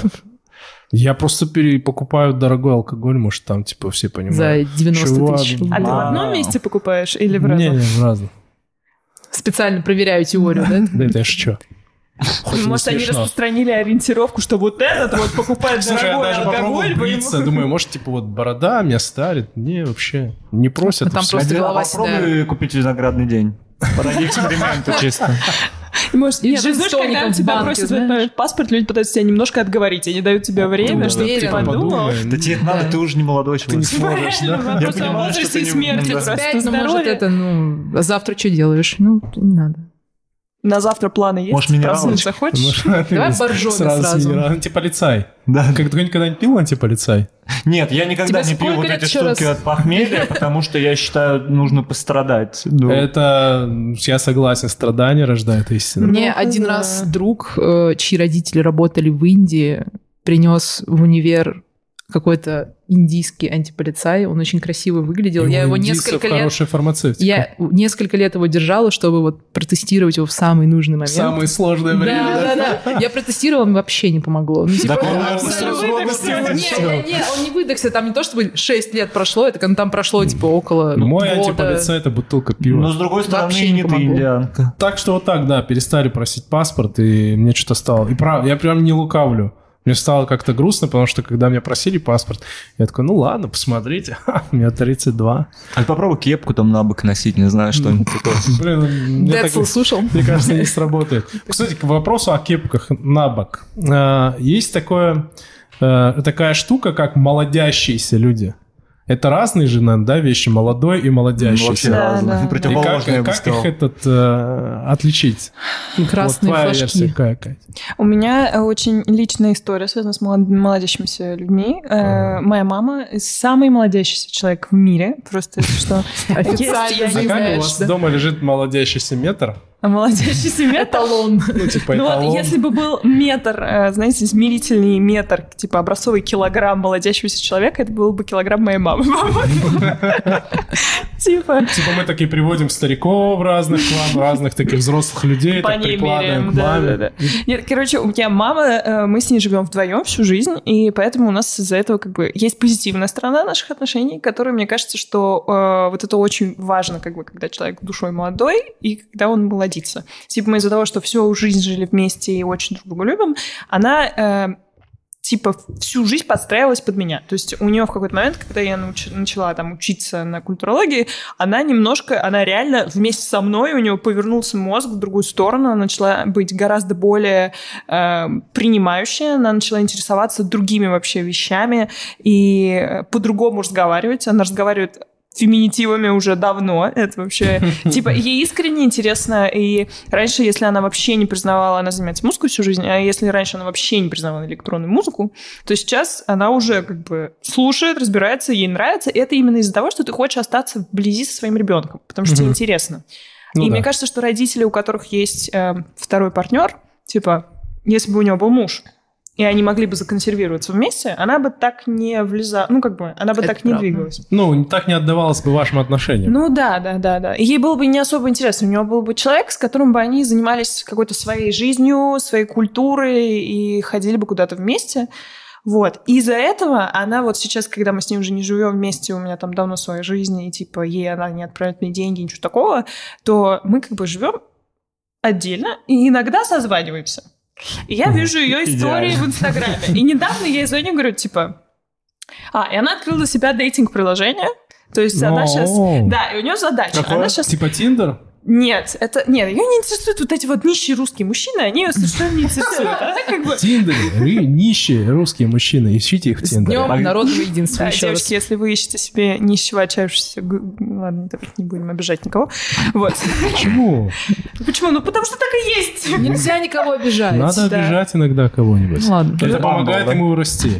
Я просто покупаю дорогой алкоголь, может, там, типа, все понимают. За 90 тысяч. А ты в одном месте покупаешь или в разном? Не, в разном. Специально проверяю теорию, да? Да это что? Может, они распространили ориентировку, что вот этот вот покупает дорогой алкоголь. Думаю, может, типа, вот борода меня старит. Не, вообще, не просят. Там просто голова попробуй купить виноградный день. Ради эксперимента чисто. Может, нет, знаешь, когда тебя просят паспорт, люди пытаются тебя немножко отговорить, они дают тебе время, чтобы ты подумал. Да тебе надо, ты уже не молодой человек. Ты не сможешь, да? Я понимаю, что ты смерти просто. Может, это, а завтра что делаешь? Ну, не надо. На завтра планы есть? Может, минералочку? Хочешь? Давай боржоми сразу. Антиполицай. Да. Ты когда-нибудь пил антиполицай? Нет, я никогда не пью вот эти штуки от похмелья, потому что я считаю, нужно пострадать. Это, я согласен, страдание рождает истину. Мне один раз друг, чьи родители работали в Индии, принес в универ какой-то индийский антиполицай, он очень красиво выглядел. Я его несколько лет... хорошая фармацевтика. Я несколько лет его держала, чтобы вот протестировать его в самый нужный момент. Самое сложное время. Да. Я протестировала, вообще не помогло. Не, он не выдохся. Там не то, чтобы 6 лет прошло, это там прошло типа около Мой антиполицай — это бутылка пива. Но с другой стороны, не ты индианка. Так что вот так, да, перестали просить паспорт, и мне что-то стало... И я прям не лукавлю. Мне стало как-то грустно, потому что когда меня просили паспорт, я такой: ну ладно, посмотрите, у меня 32. А попробуй кепку там на бок носить, не знаю, что-нибудь такое. Блин, Децл слушал? Мне кажется, не сработает. Кстати, к вопросу о кепках на бок. Есть такая штука, как молодящиеся люди. Это разные же, наверное, да, вещи, молодой и молодящийся. Вообще разные, противоположные, я бы сказал. Как их отличить? Красные вот твоя флажки. версия какая, Катя? У меня очень личная история, связана с молодящимися людьми. Моя мама самый молодящийся человек в мире. Просто что... Официально. У вас дома лежит молодящийся метр? Молодящийся метр? Эталон. Ну, типа Ну эталон. вот, если бы был метр, знаете, измерительный метр, типа образцовый килограмм молодящегося человека, это был бы килограмм моей мамы. Типа мы такие приводим стариков разных к вам, разных таких взрослых людей, так прикладываем к маме. Да. Нет, короче, у меня мама, мы с ней живем вдвоем всю жизнь, и поэтому у нас из-за этого как бы есть позитивная сторона наших отношений, которая, мне кажется, что вот это очень важно, как бы, когда человек душой молодой и когда он молодится. Типа мы из-за того, что всю жизнь жили вместе и очень друг друга любим, она... типа всю жизнь подстраивалась под меня. То есть у нее в какой-то момент, когда я начала там учиться на культурологии, она реально вместе со мной, у нее повернулся мозг в другую сторону, она начала быть гораздо более принимающей, она начала интересоваться другими вообще вещами и по-другому разговаривать. Она разговаривает феминитивами уже давно. Это вообще... Типа, ей искренне интересно. И раньше, если она вообще не признавала, она занимается музыкой всю жизнь, а если раньше она вообще не признавала электронную музыку, то сейчас она уже как бы слушает, разбирается, ей нравится. И это именно из-за того, что ты хочешь остаться вблизи со своим ребенком, потому что тебе интересно. И мне кажется, что родители, у которых есть второй партнер, типа, если бы у него был муж, и они могли бы законсервироваться вместе, она бы так не влезала, ну, как бы, она бы это так правда. Не двигалась. Ну, так не отдавалась бы вашим отношениям. Ну, да. И ей было бы не особо интересно. У него был бы человек, с которым бы они занимались какой-то своей жизнью, своей культурой и ходили бы куда-то вместе. Вот. Из-за этого она вот сейчас, когда мы с ней уже не живем вместе, у меня там давно своя жизнь, и типа ей она не отправляет мне деньги, ничего такого, то мы как бы живем отдельно и иногда созваниваемся. И я вижу ее истории в Инстаграме. И недавно я ей звоню, говорю, типа... и она открыла для себя дейтинг-приложение. То есть она сейчас... Да, и у нее задача. Какое? Она сейчас... Типа Тиндер? Нет, ее не интересуют вот эти вот нищие русские мужчины, они ее совершенно не интересуют. Она как бы... В Тиндере нищие русские мужчины, ищите их в Тиндере. С Днем народного единства. Да, девочки, если вы ищете себе нищего, отчаявшегося... Ладно, давайте не будем обижать никого. Вот. Почему? Почему? Ну, потому что так и есть. Нельзя никого обижать. Надо обижать иногда кого-нибудь. Ладно. Это помогает ему расти.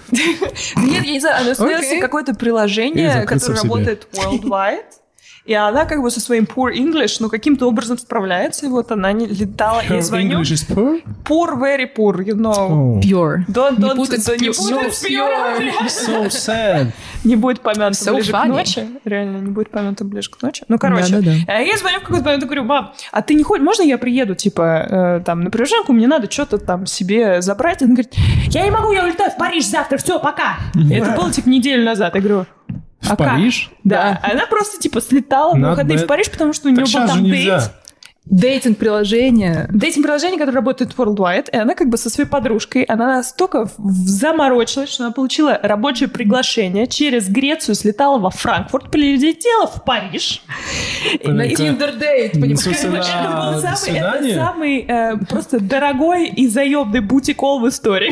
Нет, я не знаю, она установила какое-то приложение, которое работает worldwide. И она как бы со своим poor English, каким-то образом справляется. И вот она не летала. Her English is poor? Poor, very poor, you know. Pure. Не путать с pure. So sad. Не будет помянуто ближе к ночи. Реально, не будет помянуто ближе к ночи. Ну, короче. Я звоню в какой-то момент и говорю, мам, а ты не хочешь, можно я приеду, типа, там, на Преображенку, мне надо что-то там себе забрать? Она говорит, я не могу, я улетаю в Париж завтра, все, пока. Это было, типа, неделю назад. Я говорю... В Париж? Да. Она просто, типа, слетала на выходные в Париж, потому что у нее был там дейт. Дейтинг-приложение. Дейтинг-приложение, которое работает worldwide, и она как бы со своей подружкой, она настолько заморочилась, что она получила рабочее приглашение, через Грецию слетала во Франкфурт, прилетела в Париж. На Тиндер-дейт, понимаешь? Это был самый просто дорогой и заебный бутикол в истории.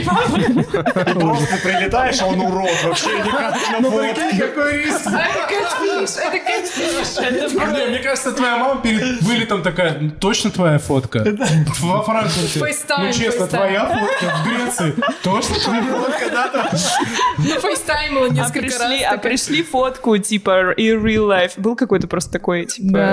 Ты просто прилетаешь, а он урод, вообще никак на фотке. Какой риск? Это кэшфиш. Мне кажется, твоя мама перед вылетом такая, точно твоя фотка? Во Франкфурте. Ну, честно, твоя фотка в Греции. Точно твоя фотка, да? Ну, фейстаймила несколько раз. А пришли фотку, типа, и real life. Был какой-то просто такой,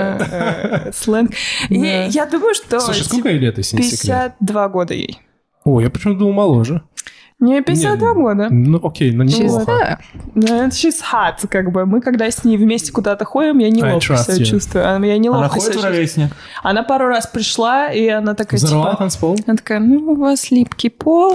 типа, сленг. И я думаю, что... Слушай, сколько ей лет, если не секрет? 52 года ей. О, я почему-то думал моложе. Мне 52 года. Ну, окей, но неплохо. She's hot, как бы. Мы, когда с ней вместе куда-то ходим, я неловко себя чувствую. Я неловко она ходит в ровесник? Она пару раз пришла, и она такая, взорвала танцпол? Она такая, у вас липкий пол.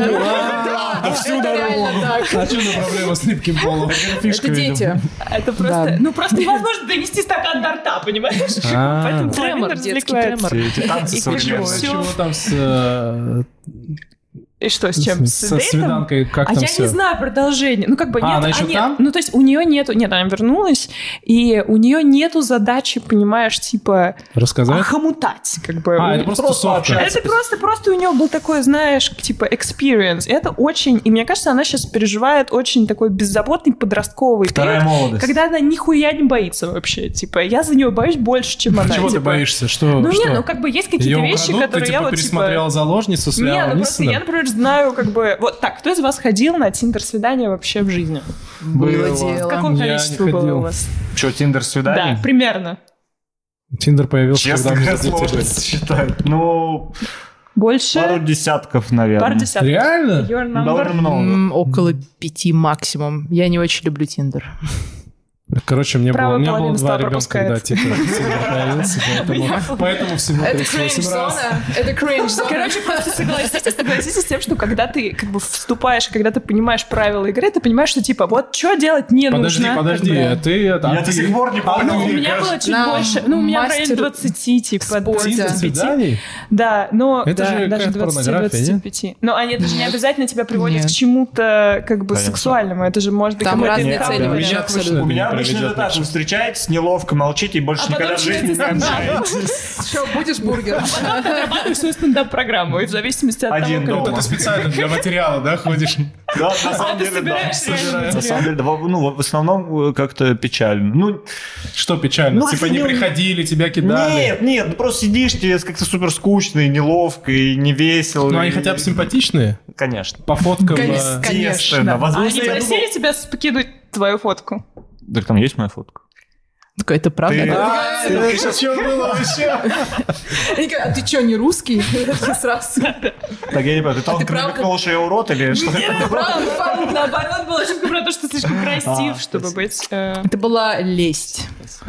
Всю дорогу. А что за проблема с липким полом? Это дети. Это просто... Ну, просто невозможно донести стакан до рта, понимаешь? Поэтому тремор, детский тремор. Чего там с... И что, с чем? Со свиданкой, как там все? Я не знаю продолжение. Ну, как бы нет. Она еще там? Ну, то есть у нее нету... Нет, она вернулась, и у нее нету задачи, понимаешь, типа... Рассказать? Хомутать, как бы. Это просто тусовка. Это просто у нее был такой, знаешь, типа, experience. Это очень... И мне кажется, она сейчас переживает очень такой беззаботный подростковый вторая молодость. Когда она нихуя не боится вообще. Типа, я за нее боюсь больше, чем она. Чего ты боишься? Что? Ну, нет, ну, как бы есть какие-то вещи, которые я вот, типа... пересмотрела заложницу с Лиамом Нисоном? Я, например, знаю, как бы... Вот так, кто из вас ходил на Тиндер-свидание вообще в жизни? Было дело. В каком количестве было у вас? Что, Тиндер-свидание? Да, примерно. Тиндер появился, честно говоря, сложно считать. Ну... Больше? Пару десятков, наверное. Пару десятков. Реально? Довольно много. Около 5 максимум. Я не очень люблю Тиндер. Короче, у меня Правая было 2 половина ребенка, пропускает. когда типа появился, поэтому всего 38 раз. Это кринж-зона. Короче, просто согласитесь с тем, что когда ты как бы вступаешь, когда ты понимаешь правила игры, ты понимаешь, что типа вот что делать не нужно. Подожди, как бы. ты это... Я до сих пор не понял. У меня было чуть больше, у меня в районе 20, типа, 25. Свиданий? Да, но Это же даже какая-то порнография, 20-25. Но это же не обязательно тебя приводит Нет. к чему-то как бы Конечно. сексуальному. Это же может быть Там какой-то разные правда цели. вариант. У меня обычно это так, вы встречаетесь, неловко молчите и больше никогда в жизни не общаетесь. Что, будешь бургер? Потом ты отрабатываешь свою стендап-программу, и в зависимости от Один того, дома. как Ты специально для материала, да, ходишь? Да, на самом ты деле, да. собираешь реально На самом деле, да, в основном как-то печально. Ну, Что печально? Ну, Типа не офигел. приходили, тебя кидали? нет, ну просто сидишь, тебе как-то супер скучно и неловко, и не весело. Ну, они и- хотя бы симпатичные? Конечно. По фоткам? Конечно. Естественно. А Возможно, они я просили тебя скинуть твою фотку? Так там есть моя фотка. Такой, это правда? Ты- Да. Ты что было вообще? Они говорят, а ты что, не русский? Сразу. Так, я не понимаю, ты тонко правда? намекнул, что я урод или что? Наоборот, было шутка про то, что ты слишком красив, чтобы быть... Это была лесть.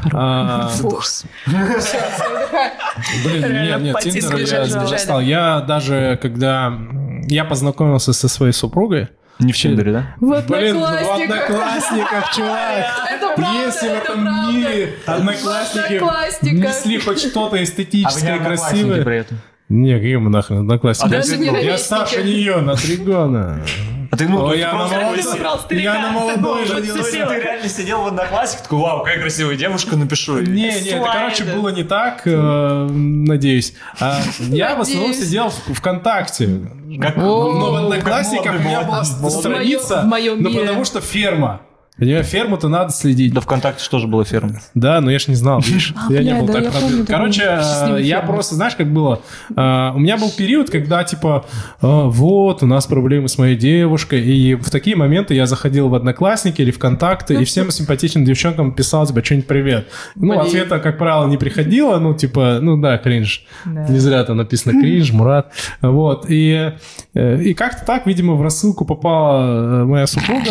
Блин, нет, Потиск Тиндер я бежали. достал. Я даже, когда я познакомился со своей супругой, Не в Тиндере, да? В блин, в Одноклассниках. Одноклассниках, чувак! Это правда, Если в это этом правда. мире одноклассники Одноклассниках. несли хоть что-то А вы не эстетическое, одноклассники красивое... при этом? Не, какие мы нахрен одноклассники? Даже не Я ровесники. старше нее на 3 года. А ты, ну, Ой, ты я на просто молодой- выбрал старика. я на молодой То женился. есть ты реально сидел в Одноклассниках, такой, вау, какая красивая девушка, напишу. Не, это, Слайды. короче, было не так, надеюсь. Я в основном Надеюсь. сидел в ВКонтакте. Как, Но в Одноклассниках у меня была молодой. страница, В моем ну мире. потому что ферма. Понимаешь, ферму-то надо следить. Да ВКонтакте что же было ферма? Да, но я ж не знал, видишь. Я не бля, был да, так я продвинут. помню такую Короче, счастливую я ферму. просто, знаешь, как было? У меня был период, когда, типа, вот, у нас проблемы с моей девушкой, и в такие моменты я заходил в Одноклассники или ВКонтакте, и всем симпатичным девчонкам писал, типа, что-нибудь привет. Ну, Блин. ответа, как правило, не приходило, ну, типа, ну, да, кринж. Да. Не зря там написано кринж, Мурат. Вот, и как-то так, видимо, в рассылку попала моя супруга.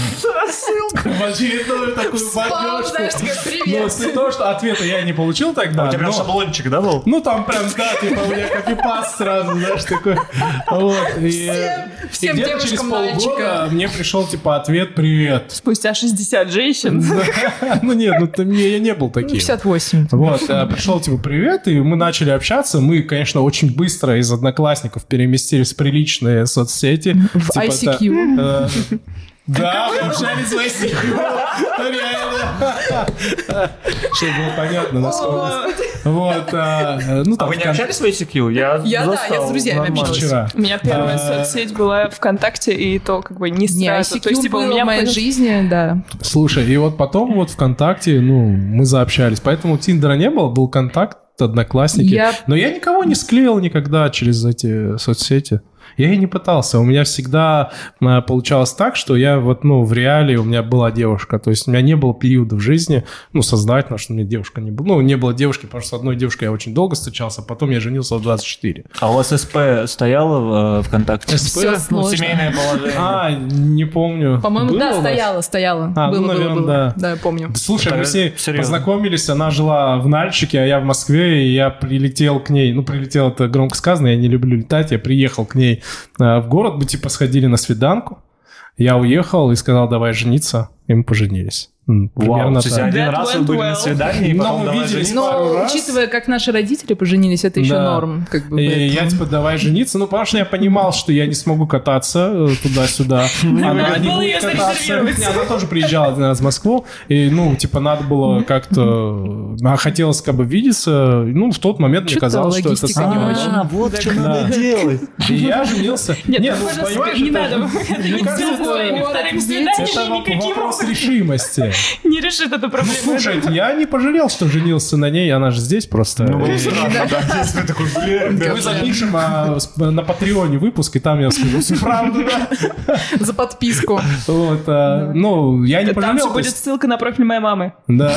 В очередную такую Спал, знаешь, бабёшку. такая, Ну, привет. с того, что ответа я не получил тогда. У тебя прям но- шаблончик, да, был? Ну, там прям, да, типа, у меня копипаст сразу, знаешь, такой. Вот. И всем где-то через девушкам полгода мальчика. мне пришел, типа, ответ «Привет». Спустя 60 женщин. Ну, нет, я не был таким. 58. Вот, пришел, типа, привет, и мы начали общаться. Мы, конечно, очень быстро из Одноклассников переместились в приличные соцсети. В Типа, ICQ. Да, мы общались в ICQ. Реально. Чтобы было понятно, насколько... Вот, ну, А там вы не общались в ICQ? Я да, застал. я с друзьями Нормально. общалась. вчера. У меня первая соцсеть была ВКонтакте, и то как бы не Не, сразу. ICQ То есть, типа, у было меня в моей понял- жизни, да. Слушай, и вот потом вот ВКонтакте, ну, мы заобщались. Поэтому Тиндера не было, был контакт, Одноклассники. Но я никого не склеил никогда через эти соцсети. Я и не пытался. У меня всегда получалось так, что я вот, ну, в реале у меня была девушка. То есть у меня не было периода в жизни, ну, сознательно, что у меня девушка не была. Ну, не было девушки, потому что с одной девушкой я очень долго встречался, а потом я женился в 24. А у вас СП стояло в ВКонтакте? Всё Ну, сложно. семейное положение. Не помню. По-моему, Было да, у вас? стояла. А, ну, Было, наверное, было. да. Да, я помню. Слушай, мы с ней Серьезно? познакомились, она жила в Нальчике, а я в Москве, и я прилетел к ней, ну, прилетел, это громко сказано, я не люблю летать, я приехал к ней в город, мы, типа, сходили на свиданку, я уехал и сказал, давай жениться, и мы поженились. Примерно Вау, то есть так. один That раз went вы были well. на свидании, и Но потом мы давай виделись жениться? пару Но, раз. учитывая, как наши родители поженились, это еще Да. норм. Как бы, И поэтому. я, типа, давай жениться, ну, потому что я понимал, что я не смогу кататься туда-сюда. Она Надо не было будет её кататься. зарезервировать. Не, она тоже приезжала один раз в Москву, и, ну, типа, надо было как-то... Хотелось как бы видеться, ну, в тот момент мне Чё-то казалось, что это логистика не самое... очень. вот что Да. надо делать. И я женился. Нет, ну, пожалуйста, понимаешь, не это- надо. Мне кажется, С своими это... вторыми Это свиданиями никаким вопрос образом решимости. не решит эту Ну, проблему. слушайте, я не пожалел, что женился на ней, она же здесь просто. Ну, было И- странно, да, если такой, блин. Мы запишем на Патреоне выпуск, и там я скажу всю правду, да. За подписку. Вот, ну, я не Там пожалел. же то будет есть- ссылка на профиль моей мамы. Да.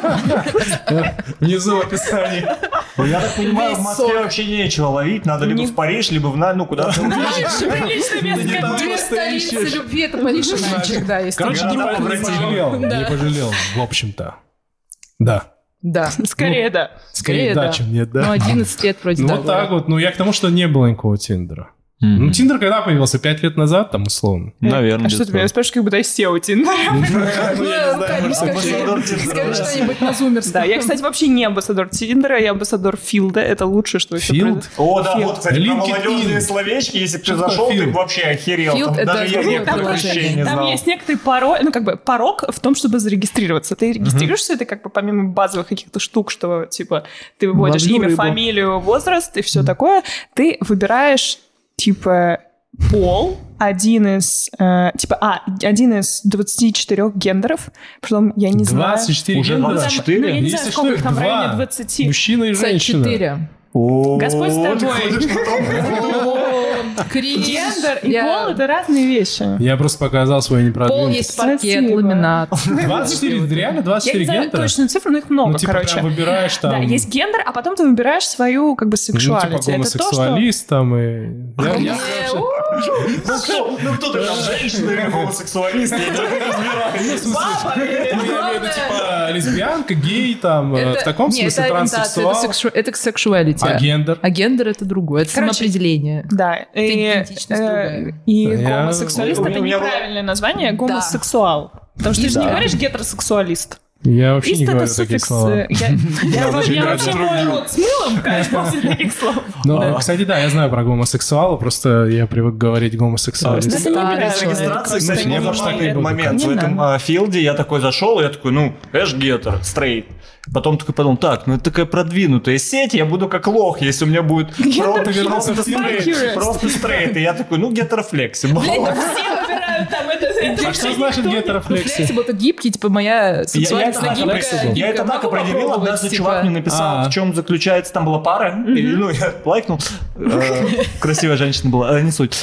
Внизу в описании. Ну, я так понимаю, в Весь Москве сок. вообще нечего ловить, надо либо в Париж, либо ну, куда-то. Приличное место. там Две просто столицы ищешь. любви — это Париж и Нальчик, да, есть. Короче, такое. не Не пожалел, в общем-то. Да. Да. Скорее, да. Скорее, да. чем нет, да. Ну, 11 лет вроде, да. Вот так вот. Ну, я к тому, что не было никакого Тиндера. Ну, Тиндер когда появился? 5 лет назад, там, условно? Наверное. А что ты меня спрашиваешь, как бы дай SEO Тиндера? Скажи что-нибудь на зумерском. Да, я, кстати, вообще не амбассадор Тиндера, я амбассадор Филда. Это лучшее, что еще Филд? О, да, вот, кстати, про молодежные словечки, если бы ты зашел, ты бы вообще охерел. Филд — это даже я некоторых вещей не Там знал. есть некоторый порог, ну, как бы, порог в том, чтобы зарегистрироваться. Ты регистрируешься, это как бы помимо базовых каких-то штук, что, типа, ты выводишь имя, фамилию, возраст и все такое, ты выбираешь, типа, пол, один из 24 гендеров. Потом, я не знаю... 24 Уже гендера? 24? Ну, я не Если знаю, что, сколько их там, в два. районе 20. Мужчина и женщина. 4. Господь с тобой. Гендер и пол — это разные вещи. Я просто показал свой Пол непродвинутый. есть паркет, Спасибо. ламинат. 24, реально Я 24 не знаю гендера? точную цифру, но их много, Ну, типа, короче. прям выбираешь там... Да, есть гендер, а потом ты выбираешь свою, как бы, Ну, типа, сексуальность. Это то, что... гомосексуалист там и... Ну, кто ты там, женщина или гомосексуалист? Я не разбираюсь. Ну, я имею в виду, типа, лесбиянка, гей, там, в таком смысле, транссексуал. Это sexuality. А гендер? А гендер — это другое, это Короче, самоопределение. Да, идентичность другая. и Я- гомосексуалист — У это меня неправильное название, гомосексуал. Потому что ты же не говоришь гетеросексуалист. Я вообще не Ист — говорю это такие суффикс... слова. Я вообще вообще мой рот с мылом, конечно, после таких слов. Ну, кстати, да, я знаю про гомосексуала, просто я привык говорить гомосексуалист. Это не Старый обязательно. Регистрация, Это кстати, не мне нужно. такой Это момент. не В этом надо. филде я такой зашел, я такой, ну, гетер, стрейт. Потом такой подумал, так, ну это такая продвинутая сеть, я буду как лох, если у меня будет просто стрейт. Просто стрейт. И я такой, ну, гетерофлексибл. Все выбирают там это. А что значит гетерофлексия? Флексибл — это гибкий, типа моя сексуальность Я это так определил, однажды чувак мне написал, в чем заключается, там была пара, и, ну, я лайкнул, красивая женщина была, не суть.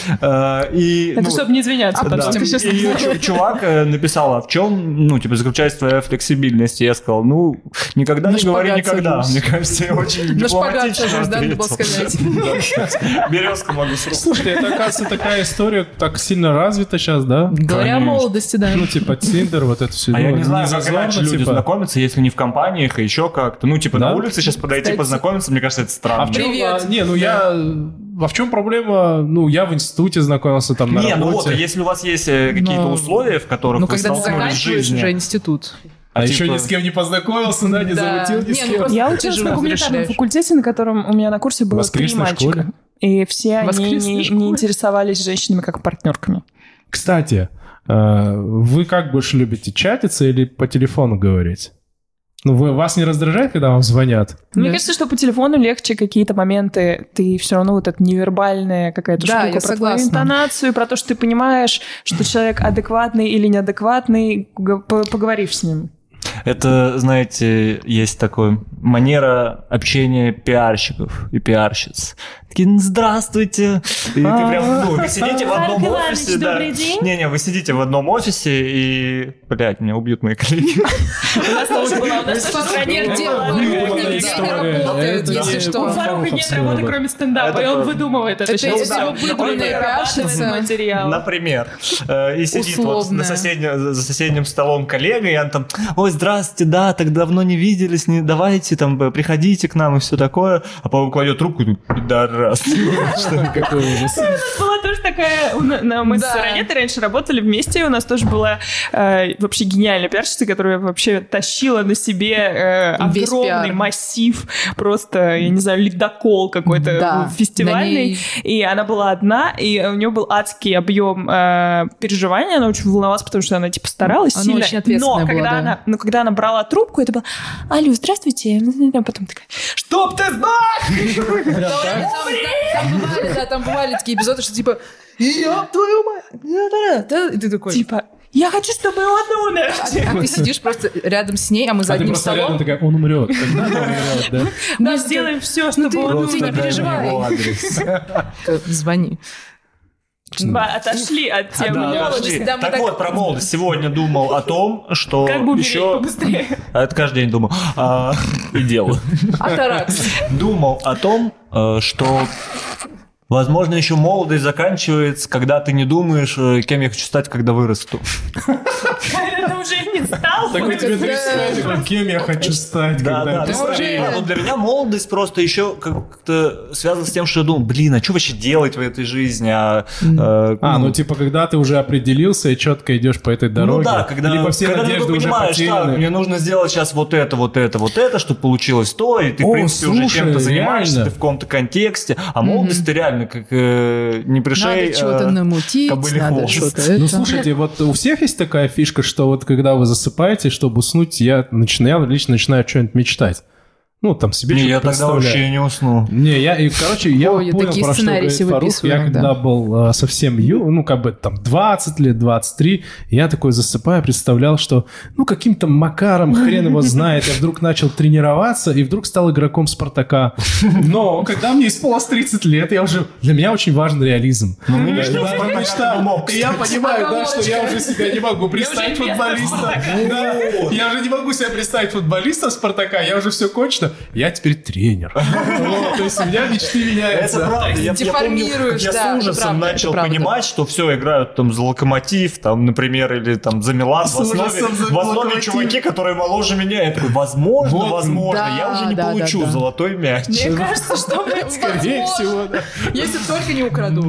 Это чтобы не извиняться. А, потом. допустим, Ты сейчас- И чувак написал, а в чем, ну, типа, заключается твоя флексибильность? И я сказал, ну, никогда На не говори шпагат никогда. сажусь. Мне кажется, я очень На шпагат дипломатично сажусь, да, надо было ответил. сказать. Да. Березку могу срубить. Слушай, это, оказывается, такая история так сильно развита сейчас, да? Говоря о молодости, да. Ну, типа, Тиндер, вот это все. А я не знаю, как зазорно, иначе люди типа. знакомятся, если не в компаниях, и еще как-то. Ну, типа, Да? на улице сейчас подойти, Кстати. познакомиться, мне кажется, это странно. А в чем, Привет. не, ну я... А в чем проблема? Ну, я в институте знакомился там на Не, ну вот, работе. если у вас есть какие-то Но- условия, в которых Ну, вы когда ты столкнулись в заканчиваешь жизни. уже институт. А типа- еще ни с кем не познакомился, да, не Да. замутил ни с Не, ну кем. просто- Я Ты училась же на гуманитарном разрешаешь. факультете, на котором у меня на курсе было 3 Воскресной мальчика. школе? И все они Воскресной не школе. интересовались женщинами как партнерками. Кстати, вы как больше любите, чатиться или по телефону говорить? Ну, вас не раздражает, когда вам звонят? Мне Да. кажется, что по телефону легче какие-то моменты, ты все равно вот эта невербальная какая-то Да, штука я про твою согласна. интонацию, про то, что ты понимаешь, что человек адекватный или неадекватный, поговорив с ним. Это, знаете, есть такая манера общения пиарщиков и пиарщиц. Такие, «Ну, здравствуйте. И ты прям, ну, вы сидите в одном Марк офисе, Иванович, да. добрый день. Не-не, вы сидите в одном офисе и, блядь, меня убьют мои коллеги. У нас тоже была, у нас тоже в стране Где была выдуманная история. история. работает, Это если не- что. У Фаруха нет работы, кроме стендапа, Это и он правда. выдумывает это Это сейчас. если Да. вы выдуманная Он пиарщица. вырабатывает материал. Например. И сидит вот Условно. за соседним столом коллега, и он там, ой, здравствуйте, да, так давно не виделись, не давайте, там, приходите к нам и все такое. А потом кладет трубку и пидорас. Какой ужас. Была тоже такая... Мы с Да. Ранетой раньше работали вместе, и у нас тоже была вообще гениальная пиарщица, которая вообще тащила на себе Весь огромный пиар. массив, просто, я не знаю, ледокол какой-то Да, фестивальный. на ней- И она была одна, и у нее был адский объем переживания, она очень волновалась, потому что она, типа, старалась Она сильно. очень ответственная Но была, да. когда она брала трубку, это было: алло, здравствуйте. А потом такая: чтоб ты знал! Там бывали такие эпизоды, что типа «Ёб твою мать!» Да, и ты такой... Типа, я хочу, чтобы он умер. А ты сидишь просто рядом с ней, а мы за А ты одним просто рядом столом. такая, он умрет. Когда-то умрет, да? Мы сделаем все, чтобы он ты умер. не переживай. Звони. Отошли от темы Да, молодости. подожди. да, мы Так так- вот, про молодость. Сегодня думал о том, что Как бы умереть еще... побыстрее. Это каждый день думал. И делаю. Атаракс. Думал о том, что... Возможно, еще молодость заканчивается, когда ты не думаешь, кем я хочу стать, когда вырасту. Это уже не стал. Такой тебе 35, кем я хочу стать. Да. Для меня молодость просто еще как-то связана с тем, что я думал, а что вообще делать в этой жизни? Когда ты уже определился и четко идешь по этой дороге. Когда все ты надежды уже понимаешь, потеряны. мне нужно сделать сейчас вот это, чтобы получилось то, и ты, в принципе, уже чем-то занимаешься, ты в каком-то контексте, а молодость ты реально как не пришей. Надо что-то намутить, надо что-то... Ну, слушайте, вот у всех есть такая фишка, что вот когда вы засыпаете, чтобы уснуть, я лично начинаю что-нибудь мечтать. Там себе что-то я тогда вообще не усну. Я понял, про что говорит Фарух. Я когда был совсем 20 лет, 23, я такой засыпаю, представлял, что каким-то макаром, хрен его знает, я вдруг начал тренироваться и вдруг стал игроком Спартака. Но когда мне исполнилось 30 лет, для меня очень важен реализм. Я понимаю, что я уже себя не могу представить футболистом. Я уже не могу себя представить футболистом Спартака, я уже все кончено. Я теперь тренер. То есть у меня мечты меняются. Это правда. Я помню, как я с ужасом начал понимать, что все играют там за Локомотив, там, например, или там за Милан. В основе чуваки, которые моложе меня. Я такой, возможно, я уже не получу золотой мяч. Мне кажется, что мы, скорее всего, если только не украду.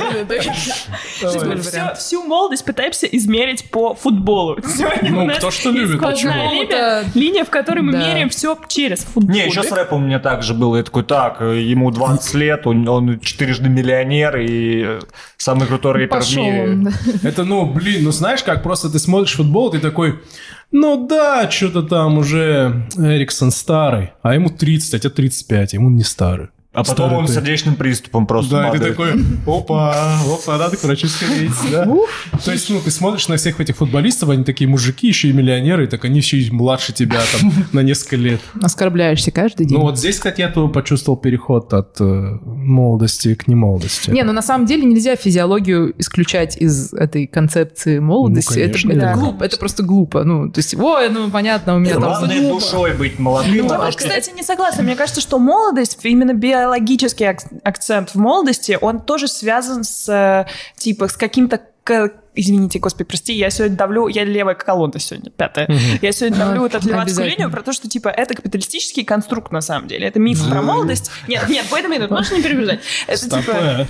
Всю молодость пытаемся измерить по футболу. Кто что любит. Линия, в которой мы меряем все через футбол. Не, еще с рэпом у меня так же было. Я такой, ему 20 лет, он 4-жды миллионер и самый крутой рэпер в мире. Это, знаешь, как просто ты смотришь футбол, ты такой, что-то там уже Эриксон старый, а ему 30, а тебе 35, ему не старый. А потом он сердечным приступом просто падает. Да, и ты такой, опа, надо к врачу сходить, да? То есть, ты смотришь на всех этих футболистов, они такие мужики, еще и миллионеры, и так они еще и младше тебя там на несколько лет. Оскорбляешься каждый день. Вот здесь, кстати, я почувствовал переход от молодости к немолодости. На самом деле нельзя физиологию исключать из этой концепции молодости. Это глупо, это просто глупо. Понятно, у меня там... Главное душой быть молодым. Я, кстати, не согласна. Мне кажется, что молодость, именно биологический акцент в молодости, он тоже связан с каким-то... Извините, господи, прости, я сегодня давлю... Я левая колонна сегодня, 5-я. Я сегодня давлю вот эту левацкую линию про то, что, это капиталистический конструкт, на самом деле. Это миф про молодость. Нет, wait a minute, можешь не перебежать. Это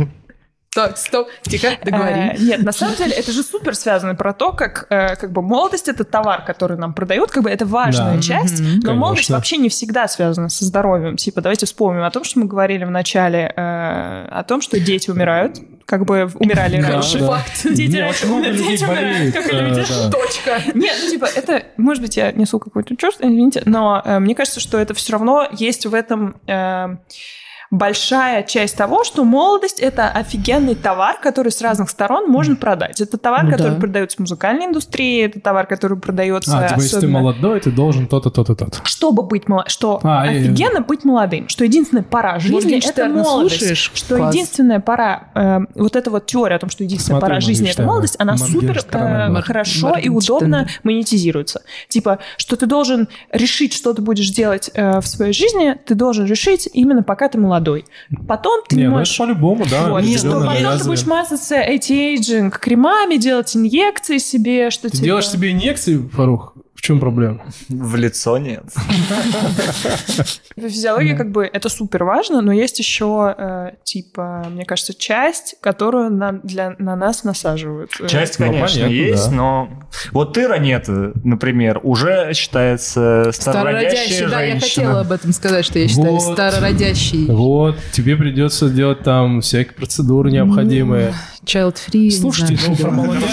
Стоп, тихо, договори. Нет, на самом деле это же супер связано про то, как молодость — это товар, который нам продают, это важная часть, но молодость вообще не всегда связана со здоровьем. Давайте вспомним о том, что мы говорили в начале, о том, что дети умирают, умирали раньше. Факт. Дети умирают, как люди. Точка. Нет, это, может быть, я несу какой-то чушь, извините, но мне кажется, что это все равно есть в этом... большая часть того, что молодость — это офигенный товар, который с разных сторон можно продать. Это товар, который продается в музыкальной индустрии, это товар, который продается если ты молодой, ты должен то-то, то-то, то-то. Чтобы быть офигенно быть молодым. Что единственная пора жизни — это молодость. Что единственная пора... вот эта вот теория о том, что единственная пора жизни — это молодость, она супер хорошо и удобно монетизируется. Что ты должен решить, что ты будешь делать в своей жизни, ты должен решить именно пока ты молодой. Потом ты не можешь... по-любому, да. Потом ты будешь мазаться эйджинг кремами, делать инъекции себе, что ты делаешь себе инъекции, Фарух? В чем проблема? В лицо нет. Физиология это супер важно, но есть еще, мне кажется, часть, которую на нас насаживают. Часть, конечно, есть, но... Вот ты, Ранета, например, уже считается старородящей женщиной. Да, я хотела об этом сказать, что я считаю старородящей. Вот, тебе придется делать там всякие процедуры необходимые. Child-free. Слушайте, про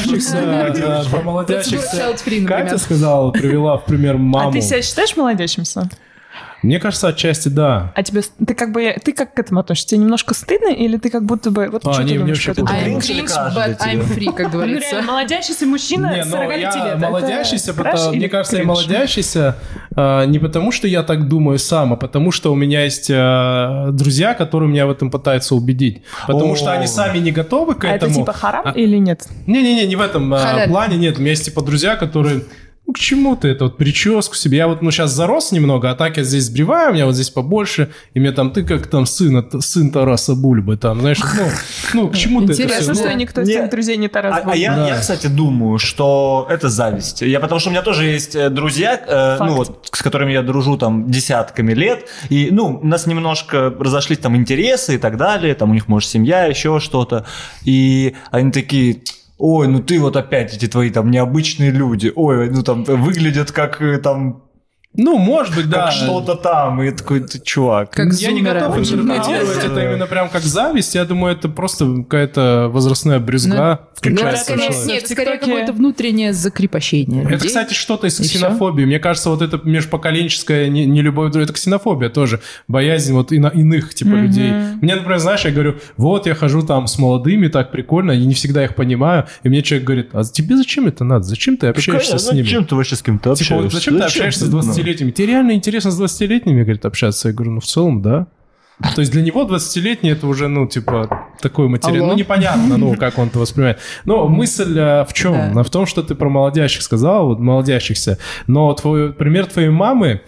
молодящихся Катя сказала, привела в пример маму. А ты себя считаешь молодящимся? Мне кажется, отчасти да. А тебе, ты как к этому относишься? Тебе немножко стыдно или ты как будто бы... Вот что ты думаешь? I'm cringe, but I'm free, как говорится. Молодящийся мужчина 45 лет. Молодящийся, мне кажется, я молодящийся не потому, что я так думаю сам, а потому, что у меня есть друзья, которые меня в этом пытаются убедить. Потому что они сами не готовы к этому. А это харам или нет? Не в этом плане, нет. У меня есть друзья, которые... к чему ты это, вот прическу себе? Я вот, сейчас зарос немного, а так я здесь сбриваю, у меня вот здесь побольше, и мне там, ты как там сын Тараса Бульбы, там, знаешь, к чему ты это все? Интересно, что никто из твоих друзей не Тарас Бульба. Я, кстати, думаю, что это зависть. Потому что у меня тоже есть друзья, с которыми я дружу там десятками лет, и, у нас немножко разошлись там интересы и так далее, там у них, может, семья, еще что-то, и они такие... Ой, ты вот опять эти твои там необычные люди. Ой, там выглядят как там... может быть, да. Как что-то там, и такой, ты чувак. Как я не готов интерпретировать это именно прям как зависть. Я думаю, это просто какая-то возрастная брюзга. Нет, скорее какое-то внутреннее закрепощение. Это, кстати, что-то из ксенофобии. Мне кажется, вот это межпоколенческая нелюбовь, это ксенофобия тоже. Боязнь вот иных типа людей. Мне, например, знаешь, я говорю, вот я хожу там с молодыми, так прикольно, и не всегда их понимаю. И мне человек говорит, а тебе зачем это надо? Зачем ты общаешься с ними? Зачем ты вообще с кем-то общаешься? Типа, зачем ты общаешься с 20-летними? Тебе реально интересно с 20-летними, говорит, общаться? Я говорю, в целом, да. То есть для него 20-летний это уже, такой материал. Непонятно, как он это воспринимает. Но мысль в чем? Да. В том, что ты про молодящих сказал, вот молодящихся. Но пример твоей мамы,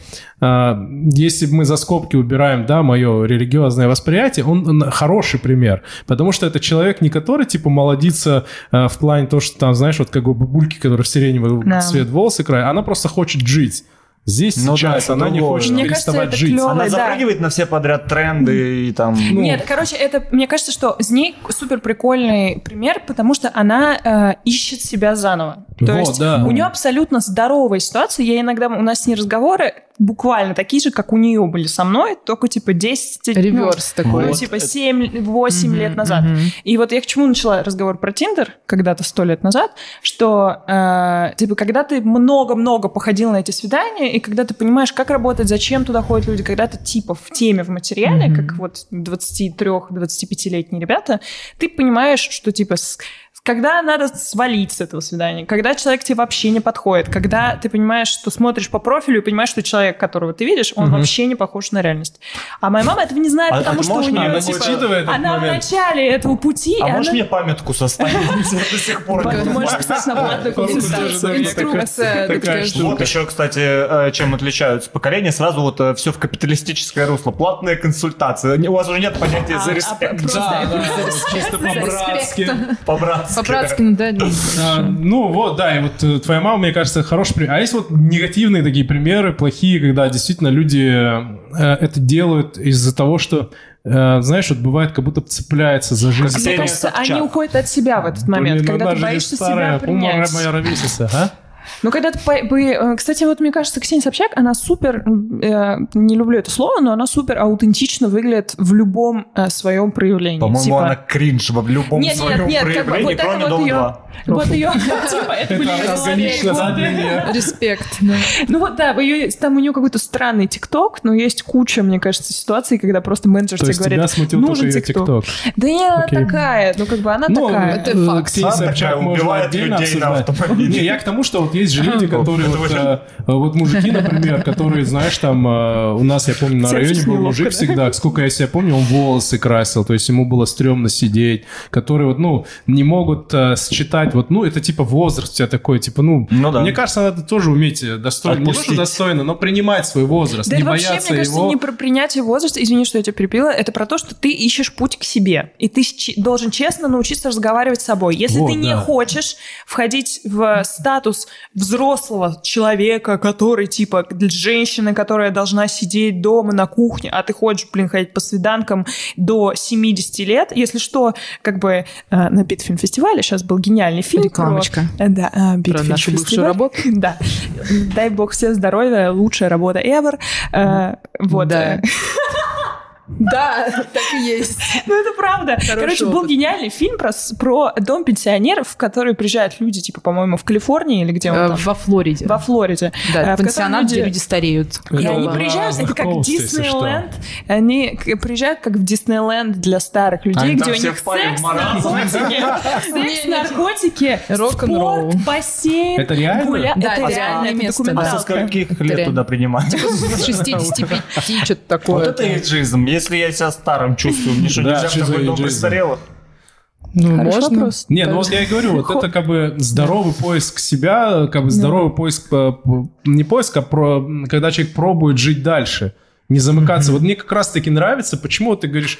если мы за скобки убираем, мое религиозное восприятие, он хороший пример. Потому что это человек, не который, молодится в плане того, что там, знаешь, вот как у бабульки, которая в сиреневый цвет волосы края, она просто хочет жить. Здесь сейчас она не хочет переставать жить. Она запрыгивает на все подряд тренды и там... Нет, мне кажется, что с ней супер прикольный пример, потому что она ищет себя заново. То есть у нее абсолютно здоровая ситуация. У нас с ней разговоры буквально такие же, как у нее были со мной, только 10... Реверс такой. 7-8 лет назад. И вот я к чему начала разговор про Тиндер когда-то 100 лет назад, что когда ты много-много походил на эти свидания, и когда ты понимаешь, как работать, зачем туда ходят люди, когда ты в теме, в материале, как вот 23-25-летние ребята, ты понимаешь, что когда надо свалить с этого свидания, когда человек тебе вообще не подходит, когда ты понимаешь, что смотришь по профилю и понимаешь, что человек, которого ты видишь, он вообще не похож на реальность. А моя мама этого не знает, потому что у нее она в начале этого пути. А можешь мне памятку составить до сих пор? Можешь писать на платную консультацию. Инструкция. Вот еще, кстати, чем отличаются поколения, сразу вот все в капиталистическое русло. Платная консультация. У вас уже нет понятия за респект. Да, чисто по-братски. По-братски, да. И вот твоя мама, мне кажется, хороший пример. А есть вот негативные такие примеры, плохие, когда действительно люди это делают из-за того, что, знаешь, вот бывает, как будто цепляется за жизнь. Мне кажется, они уходят от себя в этот момент, когда ты боишься себя принять. Моя ровесница, а? Когда ты... Кстати, вот мне кажется, Ксения Собчак, она супер... Не люблю это слово, но она супер аутентично выглядит в любом своем проявлении. По-моему, она кринж в любом своем проявлении, кроме Дом-2. Вот ее... Это органично, да, для нее. Респект. Там у нее какой-то странный ТикТок, но есть куча, мне кажется, ситуаций, когда просто менеджер тебе говорит, нужен ТикТок. Да не, она такая. Она такая. Это факт. Ксения Собчак можно отдельно обсуждать. Я к тому, что вот есть же люди, которые вот мужики, например, которые, знаешь, там у нас, я помню, на районе был мужик всегда, сколько я себя помню, он волосы красил, то есть ему было стрёмно сидеть, которые вот, не могут считать, это типа возраст у тебя такой, мне кажется, надо тоже уметь достойно, не то, что достойно, но принимать свой возраст, не бояться его. Вообще, мне кажется, не про принятие возраста, извини, что я тебя перебила, это про то, что ты ищешь путь к себе, и ты должен честно научиться разговаривать с собой. Если ты не хочешь входить в статус взрослого человека, который, женщины, которая должна сидеть дома на кухне, а ты хочешь, ходить по свиданкам до 70 лет. Если что, на Битфильм-фестивале сейчас был гениальный фильм. Рекламочка. Про нашу бывшую работу. Да. Дай бог всем здоровья, лучшая работа ever. Да. Да, так и есть. Это правда. Был гениальный фильм про дом пенсионеров, в который приезжают люди, по-моему, в Калифорнии или где он там? Во Флориде. Во Флориде. Да, пенсионат, где люди стареют. И они приезжают, это как Диснейленд. Они приезжают как в Диснейленд для старых людей, где у них секс, наркотики, рок-н-ролл, бассейн. Это реально? Да, это реальное место. А со скольких лет туда принимать? С 65, что-то такое. Вот это эйджизм. Если я себя старым чувствую, мне что, нельзя в такой дом престарелых? Хороший вопрос. Не, ну вот я и говорю, вот это как бы здоровый поиск себя, как бы здоровый поиск, не поиск, а когда человек пробует жить дальше. Не замыкаться. Вот мне как раз-таки нравится, почему ты говоришь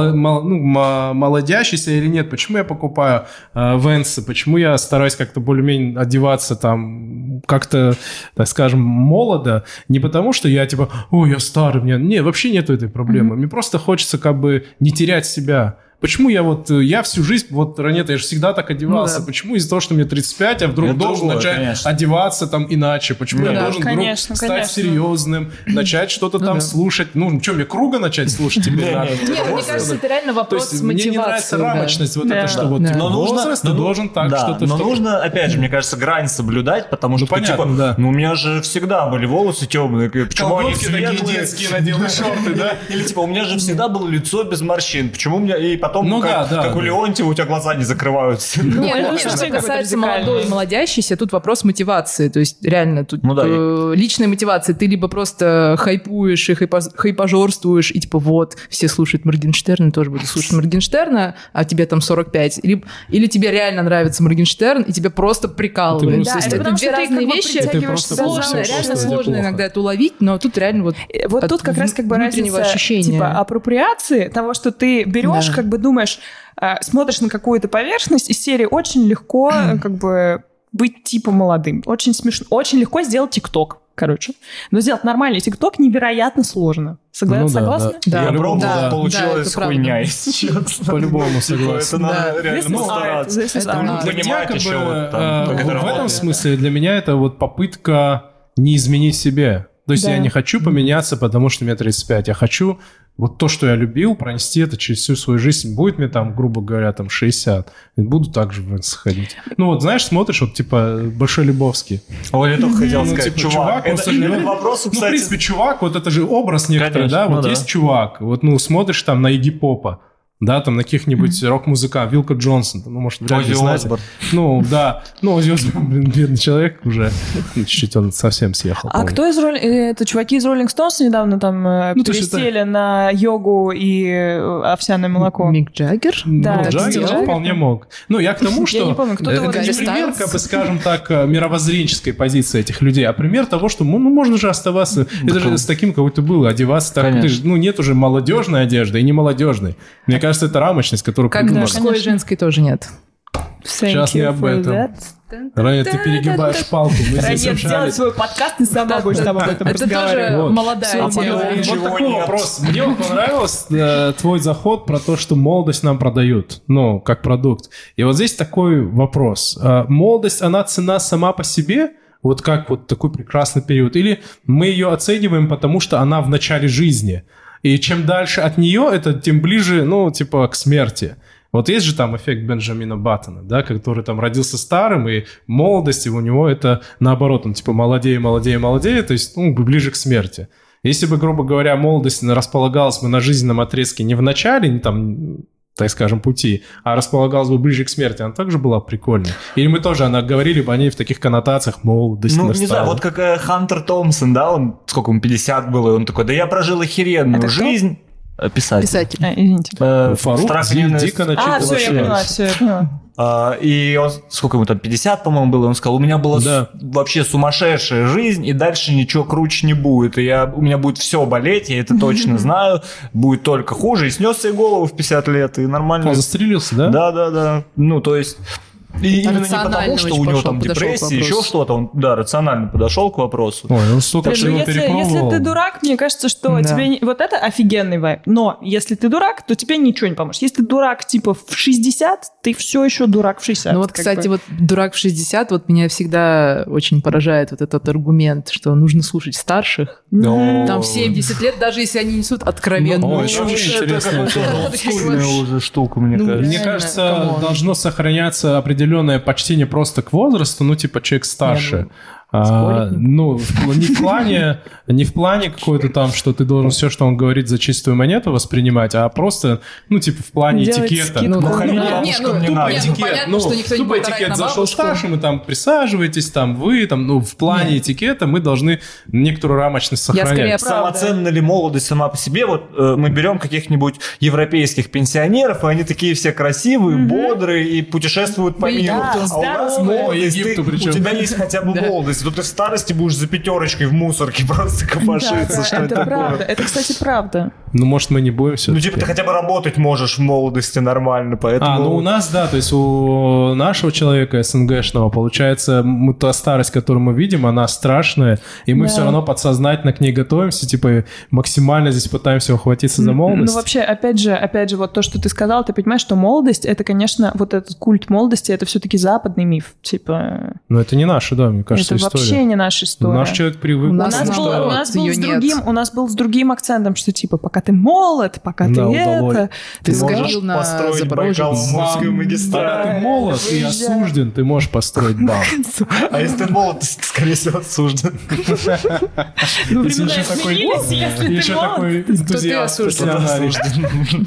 молодящийся или нет, почему я покупаю венсы, почему я стараюсь как-то более-менее одеваться там как-то, так скажем, молодо, не потому что я типа, я старый, не, вообще нету этой проблемы. Мне просто хочется как бы не терять себя. Почему я всю жизнь, Ранета, я же всегда так одевался. Почему из-за того, что мне 35, я вдруг должен начать одеваться там иначе? Почему я должен вдруг стать серьезным, начать что-то там слушать? Ну, что, мне Круга начать слушать тебе надо? Нет, мне кажется, это реально вопрос мотивации. Мне не нравится рамочность, это что возраст, ты должен так что-то... Но нужно, опять же, мне кажется, грань соблюдать, потому что, типа, у меня же всегда были волосы темные, почему они светлые? Детские надел шорты, да? Или типа, у меня же всегда было лицо без морщин, почему у меня... И потом, как у Леонтьева, у тебя глаза не закрываются. Нет, что касается молодой и молодящейся, тут вопрос мотивации. То есть реально тут личная мотивация. Ты либо просто хайпуешь и хайпажорствуешь, и типа все слушают Моргенштерна, тоже буду слушать Моргенштерна, а тебе там 45. Или тебе реально нравится Моргенштерн, и тебе просто прикалывает. Да, это две разные вещи. Реально сложно иногда это уловить, но тут реально вот тут как раз как бы разница типа апроприации того, что ты берешь, как бы думаешь, смотришь на какую-то поверхность, из серии очень легко как бы быть типа молодым. Очень смешно. Очень легко сделать ТикТок, короче. Но сделать нормальный ТикТок невероятно сложно. Согласны? Да. Я пробовал, получилась хуйня, если честно. По-любому согласен. Это надо реально стараться. Понимать еще вот там, как это работает. В этом смысле для меня это вот попытка не изменить себе. То есть я не хочу поменяться, потому что мне 35. Я хочу вот то, что я любил, пронести это через всю свою жизнь. Будет мне там, грубо говоря, там 60. И буду так же в Венс ходить. Ну вот, знаешь, смотришь, вот типа Большой Любовский. Ой, я только хотел сказать, типа, чувак. Это вопрос, кстати. Ну, в принципе, чувак, вот это же образ некоторый, да? Вот есть чувак. Вот, смотришь там на Игги Попа. Да, там на каких-нибудь рок-музыкантов, Вилка Джонсон, может, вряд ли знаете. Оззи Осборн, бедный человек уже, чуть-чуть он совсем съехал. А кто из это чуваки из Rolling Stones недавно там пересели на йогу и овсяное молоко? Мик Джаггер? Да, Джаггер вполне мог. Я к тому, что... Я не помню, кто-то это не пример, как бы, скажем так, мировоззренческой позиции этих людей, а пример того, что, можно же оставаться, это же с таким, какой ты был, одеваться так, нет уже молодежной одежды и не молодежной. Мне кажется, это рамочность, которую придумали. Как мужской и женской тоже нет. Сейчас не об этом. Ранее ты перегибаешь палку. Ранее сделай свой подкаст, и сама будешь там об этом разговаривать. Это тоже молодая тема. Вот такой вопрос. Мне понравился твой заход про то, что молодость нам продают, как продукт. И вот здесь такой вопрос. Молодость, она цена сама по себе? Вот как вот такой прекрасный период? Или мы ее оцениваем, потому что она в начале жизни? И чем дальше от нее, это тем ближе, к смерти. Вот есть же там эффект Бенджамина Баттона, да, который там родился старым, и молодость у него это наоборот, он молодее, то есть, ближе к смерти. Если бы, грубо говоря, молодость располагалась бы на жизненном отрезке не в начале, не там, так скажем, пути, а располагалась бы ближе к смерти, она также была прикольной. Или мы тоже, говорили бы о ней в таких коннотациях молодость. Не знаю, вот как Хантер Томпсон, да, он, сколько ему, 50 было, и он такой, да я прожил охеренную жизнь. Писатель. Извините. Фарук дико начитал. Все, я поняла. И он, сколько ему там, 50, по-моему, было, он сказал, у меня была вообще сумасшедшая жизнь, и дальше ничего круче не будет. И у меня будет все болеть, я это точно знаю, будет только хуже. И снес себе голову в 50 лет, и нормально. Он застрелился, да? Да. То есть... И именно не потому, что у него там депрессия, еще что-то, он, рационально подошел к вопросу. Ой, он столько всего перепробовал. Если ты дурак, мне кажется, что тебе... Вот это офигенный вайб. Но если ты дурак, то тебе ничего не поможет. Если ты дурак, в 60, ты все еще дурак в 60. Ну вот, кстати, дурак в 60, меня всегда очень поражает вот этот аргумент, что нужно слушать старших. Там в 70 лет, даже если они несут откровенную... Очень интересная уже штука, мне кажется. Мне кажется, должно сохраняться определенное почтение просто к возрасту, человек старше. Ну, не в плане какой-то там, что ты должен все, что он говорит, за чистую монету воспринимать, а просто, ну, типа, в плане этикета. Тупо этикет. Зашел старшим, и там присаживайтесь, там вы, там, ну, в плане этикета мы должны некоторую рамочность сохранять. Самоценна ли молодость сама по себе? Вот мы берем каких-нибудь европейских пенсионеров, и они такие все красивые, бодрые и путешествуют по миру. А у нас молодость, у тебя есть хотя бы молодость, то ты в старости будешь за пятерочкой в мусорке просто копошиться. Да, это правда. Это, кстати, правда. Ну, может, мы не будем все. Ну, типа, ты хотя бы работать можешь в молодости нормально, поэтому... Ну, у нас, да, то есть у нашего человека СНГшного, получается, та старость, которую мы видим, она страшная, и мы все равно подсознательно к ней готовимся, типа, максимально здесь пытаемся ухватиться за молодость. Ну, вообще, опять же, вот то, что ты сказал, ты понимаешь, что молодость, это, конечно, вот этот культ молодости, это все-таки западный миф, типа... Ну, это не наша, да, мне кажется, это история. Вообще не наша история. Наш человек привык. У нас был с другим акцентом, что типа пока ты молод, пока ты это... Ты можешь построить Байкал-Амурскую магистраль. Пока ты молод и осужден, ты можешь построить бал. А если ты молод, ты, скорее всего, осужден. Ну, времена изменились, если ты молод, то ты осужден.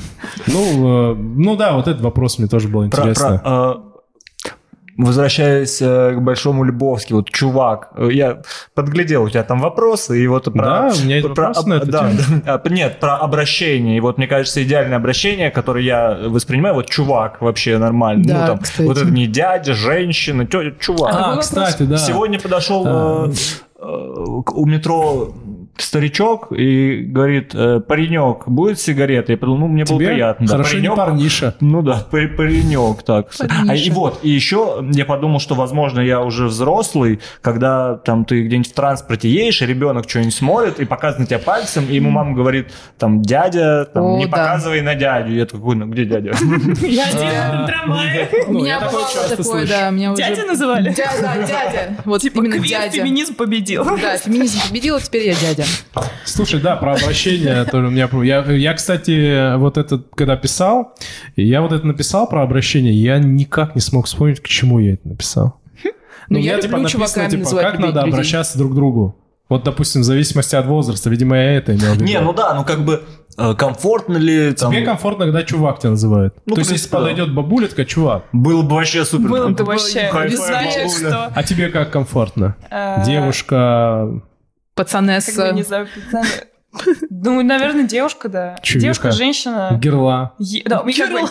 Ну да, вот этот вопрос мне тоже был интересно. Возвращаясь к Большому Лебовски, вот чувак, я подглядел у тебя там вопросы, и вот про... Да, у меня есть вопросы на эту тему. Нет, про обращение, и вот мне кажется, идеальное обращение, которое я воспринимаю, вот чувак вообще нормально, да, ну там, кстати. вот это не дядя, женщина, чувак. Кстати, да. Сегодня подошел у метро старичок и говорит: паренек, будет сигарета? Я подумал, мне было приятно. Хорошо, паренек, не парниша. Ну да, паренек, так. И еще я подумал, что, возможно, я уже взрослый, когда там ты где-нибудь в транспорте едешь, и ребенок что-нибудь смотрит и показывает на тебя пальцем, и ему мама говорит, там, дядя, там, не показывай на дядю. Я такой, ну где дядя? Я один в трамвае. У меня бывало такое, да. Дядя называли? Дядя. Вот именно дядя. Феминизм победил. Да, феминизм победил, а теперь я дядя. Слушай, да, про обращение тоже у меня... Я, кстати, вот это, когда писал, я вот это написал про обращение, я никак не смог вспомнить, к чему я это написал. Ну, я люблю чуваками называть как надо обращаться друг к другу. Вот, допустим, в зависимости от возраста. Видимо, я это имел в виду. Не, ну да, ну как бы комфортно ли... Тебе комфортно, когда чувак тебя называет. То есть, если подойдет бабуля, такая, чувак. Было бы вообще супер. Было бы вообще. Знаешь, что... А тебе как комфортно? Девушка... Пацанесса. Не знаю, пацаны. Ну, наверное, девушка, да. Девушка, женщина. Герла. Да, герла.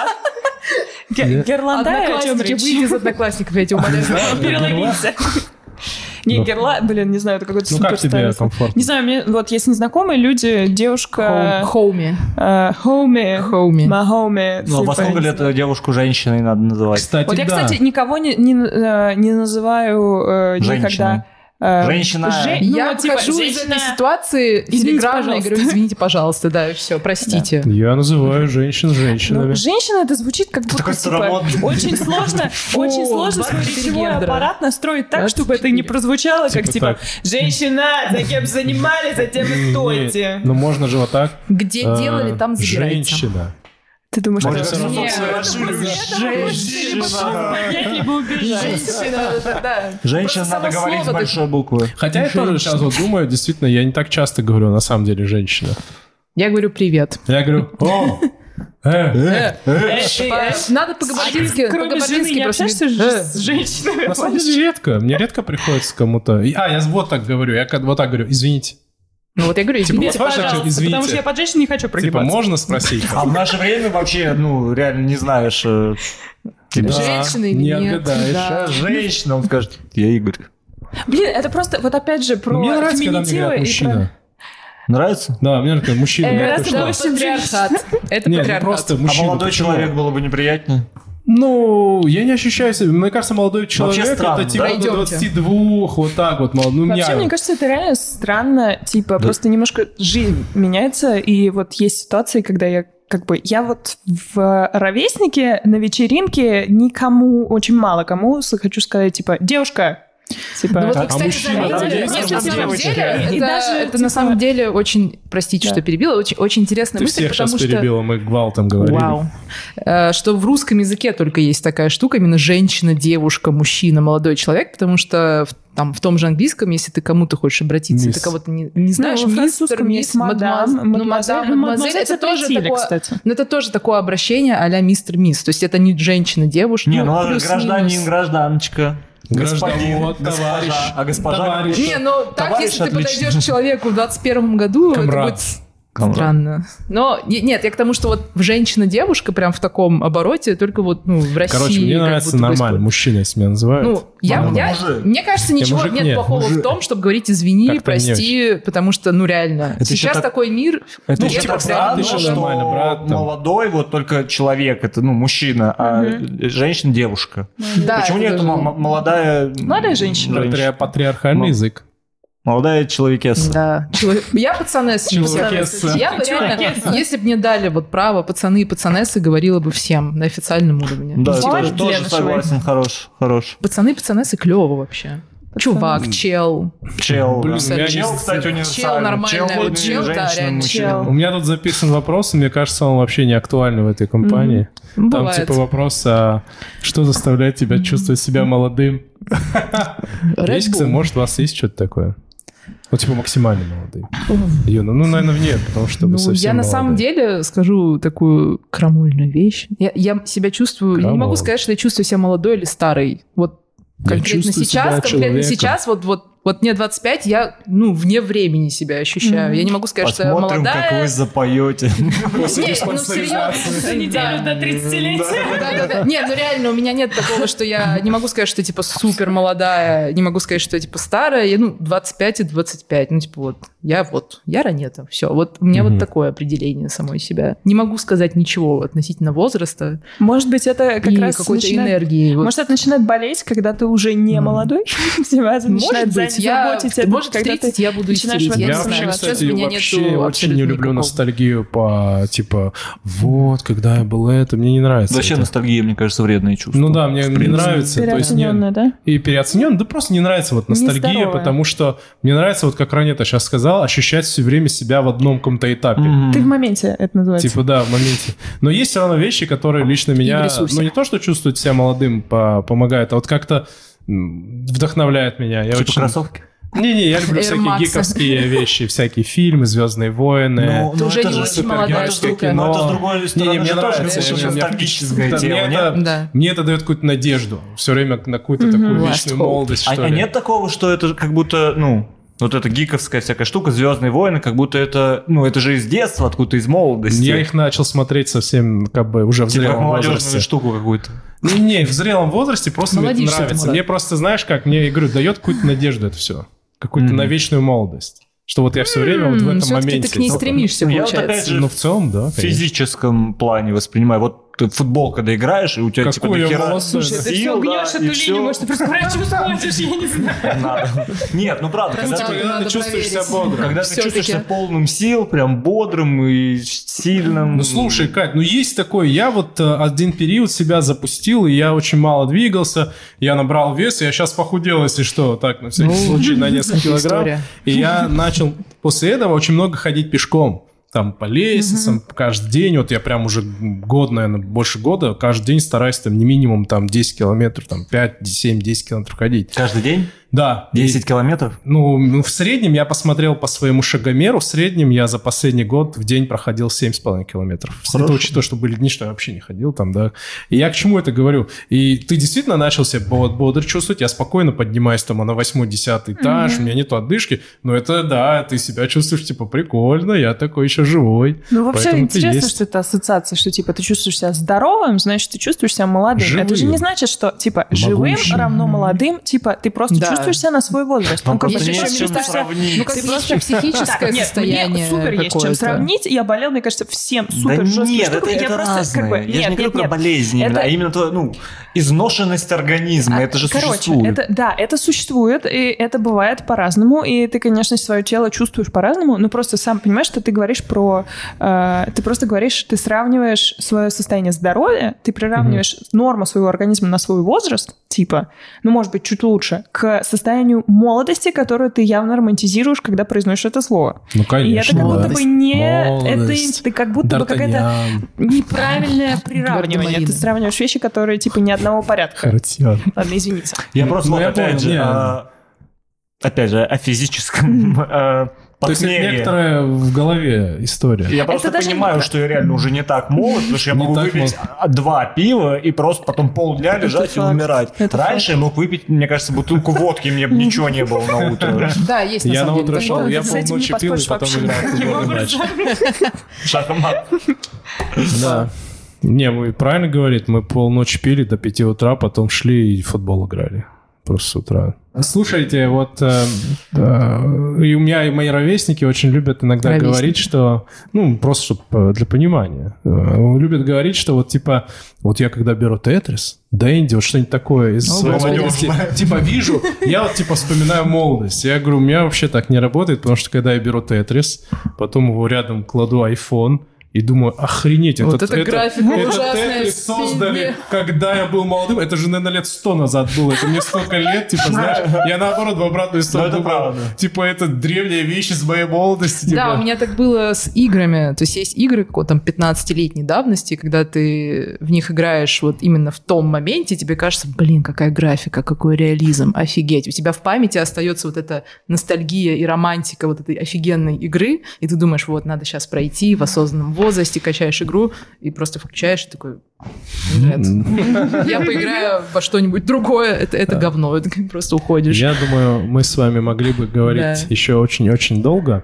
Герландая, о чем речь? Выйди из одноклассников, я тебя умоляю. Переловиться. Не, герла, блин, не знаю, это какой-то супер. Ну, как тебе комфортно? Не знаю, мне вот есть незнакомые люди, девушка... Хоуми. Хоуми. My homie. Ну, а во сколько лет девушку женщиной надо называть? Кстати, вот я, кстати, никого не называю никогда... Женщина. Я выхожу из этой ситуации телеграммно и говорю, извините, пожалуйста, да, все, простите. Я называю женщин женщинами. Женщина, это звучит как будто, типа, очень сложно свой речевой аппарат настроить так, чтобы это не прозвучало, как, типа, женщина, за кем занимались, затем и стойте. Ну, можно же вот так. Где делали, там забирайте. Женщина. Ты думаешь, что это женщина надо говорить с большой буквы. Хотя я тоже сейчас вот думаю, действительно, я не так часто говорю на самом деле женщина. Я говорю привет. Я говорю, о, надо по-габардински. Кроме жены не общаешься с женщиной? На самом деле редко. Мне редко приходится кому-то... я вот так говорю. Я вот так говорю, извините. Ну вот я говорю, извините, пожалуйста, потому что я под женщиной не хочу прогибаться. Типа, можно спросить? А в наше время вообще, ну, реально не знаешь... Женщина или не нет. отгадаешь. Женщина, он скажет, я Игорь. Блин, это просто, вот опять же, про мне нравится, когда мне говорят мужчина. Нравится? Да, мне нравится, мужчина. Это патриархат. Это патриархат. Просто мужчина. А молодой человек было бы неприятнее? Ну, я не ощущаю себя. Мне кажется, молодой человек это типа до 22, вот так вот. Вообще, мне кажется, это реально странно. Типа, просто немножко жизнь меняется. И вот есть ситуации, когда я вот в ровеснике на вечеринке никому, очень мало кому хочу сказать, типа, девушка, Типа... Ну, вот, кстати, это на самом деле очень, простите, что перебила, очень интересная мысль, потому что... Ты всех сейчас перебила, мы гвалтом говорили. Вау. Что в русском языке только есть такая штука, именно женщина, девушка, мужчина, молодой человек, потому что в том же английском, если ты кому-то хочешь обратиться, ты кого-то не знаешь, мистер, мисс, мадам, мадемуазель, это тоже такое, но это тоже такое обращение а-ля мистер, мисс, то есть это не женщина, девушка. Не, ну гражданин, гражданочка. Господин, товарищ, а госпожа... Товарищ. Не, ну так, если ты подойдешь к человеку в 21 году, это будет... Странно. Но нет, я к тому, что вот женщина-девушка прям в таком обороте, только вот в России... Короче, мне нравится нормально, мужчина, если меня называют. Мне кажется, ничего нет плохого в том, чтобы говорить «извини», «прости», потому что, реально, сейчас такой мир... Это еще так странно, что молодой вот только человек, это, мужчина, а женщина-девушка. Почему нет молодая... Молодая женщина. Патриархальный язык. Молодая человекесса. Да. Я пацанесса. Я бы реально, если бы мне дали право пацаны и пацанессы, говорила бы всем на официальном уровне. Да, тоже согласен, хорош. Пацаны и пацанессы клево вообще. Чувак, чел. Чел, кстати, универсальный. Чел нормальный. Чел, да, реально. Чел. У меня тут записан вопрос, и мне кажется, он вообще не актуальный в этой компании. Там типа вопрос, что заставляет тебя чувствовать себя молодым? Может, у вас есть что-то такое? Типа максимально молодые. Юна, наверное, нет, потому что вы совсем я на самом деле скажу такую крамольную вещь. Я себя чувствую... Я не могу сказать, что я чувствую себя молодой или старой. Конкретно сейчас, вот мне 25, я, вне времени себя ощущаю. Я не могу сказать, что я молодая. Посмотрим, как вы запоете. После диспансеризации. За неделю до 30-летия. Не, реально, у меня нет такого, что я не могу сказать, что, типа, супер молодая, не могу сказать, что, типа, старая. Я, 25 и 25. Я ранета. Все. У меня такое определение самой себя. Не могу сказать ничего относительно возраста. Может быть, это как раз какой-то энергии. Может, это начинает болеть, когда ты уже не молодой? Может быть. Может, в 30 я буду истерить. Я вообще, кстати, очень не люблю ностальгию по, типа, когда я был это, мне не нравится. Вообще ностальгия, мне кажется, вредное чувство. Мне не нравится. Переоцененная, да? И переоцененная, просто не нравится ностальгия, потому что мне нравится, как Ранета сейчас сказал, ощущать все время себя в одном каком-то этапе. Ты в моменте, это называется. Типа, да, в моменте. Но есть все равно вещи, которые лично меня, не то, что чувствовать себя молодым помогает, а как-то вдохновляет меня. Типа кроссовки? Не, я люблю всякие гиковские вещи, всякие фильмы, «Звездные войны». Это уже не очень молодая штука. Но это с другой стороны, мне нравится. Мне это дает какую-то надежду. Все время на какую-то такую вечную молодость, что ли. А нет такого, что это как будто, вот эта гиковская всякая штука, «Звездные войны», как будто это, это же из детства, откуда-то из молодости. Я их начал смотреть совсем, уже в зрелом возрасте. Штуку какую-то. Не, в зрелом возрасте просто мне это нравится. Мне просто, знаешь как, мне, говорю, дает какую-то надежду это все. Какую-то на вечную молодость. Что я все время в этом моменте. Ты к ней стремишься, получается. Я опять же в целом, да, в физическом плане воспринимаю. Ты в футбол, когда играешь, и у тебя типа до хера Слушай, ты все гнешь эту линию, может, ты просто врачу смотришь, я не знаю. Надо. Нет, правда, когда ты чувствуешь себя бодрым. Когда ты чувствуешь себя полным сил, прям бодрым и сильным. Слушай, Кать, есть такое, я один период себя запустил, и я очень мало двигался, я набрал вес, я сейчас похудел, если что, так, на всякий случай, на несколько килограмм. И я начал после этого очень много ходить пешком. По лестницам, каждый день, я прям уже год, наверное, больше года, каждый день стараюсь не минимум 10 километров, 5, 7, 10 километров ходить. Каждый день? Да. 10 километров? В среднем я посмотрел по своему шагомеру, в среднем я за последний год в день проходил 7,5 километров. Это учитывая, что были дни, что я вообще не ходил да. И я к чему это говорю? И ты действительно начал себя бодро чувствовать, я спокойно поднимаюсь на 8-10 этаж, у меня нету отдышки, но это, да, ты себя чувствуешь, прикольно, я такой еще живой. Вообще интересно, что это ассоциация, что, ты чувствуешь себя здоровым, значит, ты чувствуешь себя молодым. Живым. Это же не значит, что, живым равно молодым, ты просто чувствуешь себя на свой возраст. Ты просто психическое состояние. Мне супер есть чем сравнить. Я болел, мне кажется, всем супер жесткие штуки. Это разное. Я же не говорю про болезнь, а именно изношенность организма. Это же существует. Это существует, и это бывает по-разному. И ты, конечно, свое тело чувствуешь по-разному, но просто сам понимаешь, что ты говоришь ты просто говоришь, ты сравниваешь свое состояние здоровья, ты приравниваешь норму своего организма на свой возраст, может быть, чуть лучше, к состоянию молодости, которое ты явно романтизируешь, когда произносишь это слово. Ну, конечно. И это как будто бы не... Молодость. Это как будто бы какая-то неправильное приравнивание. Ты сравниваешь вещи, которые типа ни одного порядка. Хартьян. Ладно, извините. Я просто опять же, о физическом То есть это некоторая в голове история. Я просто понимаю, что я реально уже не так молод, потому что я могу выпить 2 пива и просто потом полдня лежать и умирать. Раньше я мог выпить, мне кажется, бутылку водки, мне бы ничего не было на утро. Да, есть на Я на самом утро деле. шел, я полночи пил и потом играл. Шахмат. Да. Не, вы правильно говорите, мы полночи пили до 5 утра, потом шли и в футбол играли. Просто с утра. Слушайте, вот и у меня и мои ровесники очень любят иногда говорить, что, ну, просто чтобы для понимания, любят говорить, что вот типа, вот я когда беру Тетрис, Дэнди, вот что-нибудь такое из своей молодости, типа вижу, я вот типа вспоминаю молодость. Я говорю, у меня вообще так не работает, потому что когда я беру Тетрис, потом его рядом кладу iPhone, и думаю, охренеть, вот это графика ужасная. Тетрис создали, когда я был молодым. Это же, наверное, лет 100 назад было. Это мне столько лет, типа, знаешь, я наоборот в обратную сторону думал. Типа, это древняя вещь из моей молодости. Да, у меня так было с играми. То есть есть игры какой-то там 15-летней давности, когда ты в них играешь вот именно в том моменте, тебе кажется, блин, какая графика, какой реализм, офигеть. У тебя в памяти остается вот эта ностальгия и романтика вот этой офигенной игры, и ты думаешь, вот, надо сейчас пройти в осознанном возрасте, качаешь игру и просто включаешь и такой, нет, я поиграю во что-нибудь другое, это говно, это просто уходишь. Я думаю, мы с вами могли бы говорить еще очень-очень долго,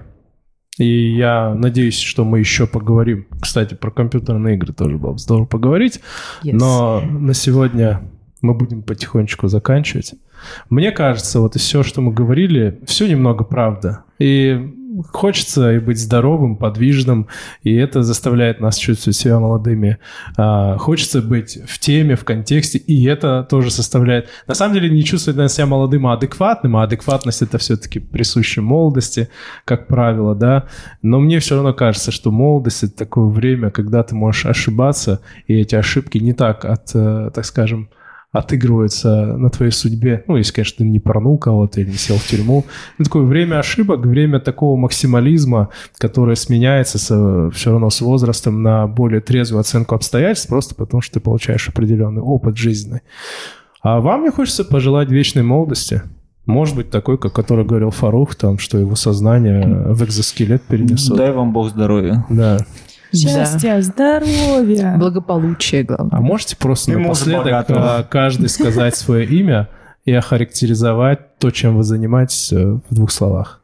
и я надеюсь, что мы еще поговорим. Кстати, про компьютерные игры тоже было бы здорово поговорить, но на сегодня мы будем потихонечку заканчивать. Мне кажется, вот и все, что мы говорили, все немного правда. И хочется и быть здоровым, подвижным, и это заставляет нас чувствовать себя молодыми. Хочется быть в теме, в контексте, и это тоже составляет... На самом деле не чувствовать себя молодым, а адекватным, а адекватность — это все-таки присуща молодости, как правило, да. Но мне все равно кажется, что молодость — это такое время, когда ты можешь ошибаться, и эти ошибки не так так скажем, отыгрываются на твоей судьбе. Ну, если, конечно, ты не порнул кого-то или не сел в тюрьму. Это такое время ошибок, время такого максимализма, которое сменяется все равно с возрастом на более трезвую оценку обстоятельств, просто потому что ты получаешь определенный опыт жизненный. А вам мне хочется пожелать вечной молодости. Может быть, такой, как который говорил Фарух, там, что его сознание в экзоскелет перенесут. Дай вам Бог здоровья. Да. Счастья, здоровья. Благополучие, главное. А можете просто напоследок каждый сказать свое имя и охарактеризовать то, чем вы занимаетесь, в 2 словах?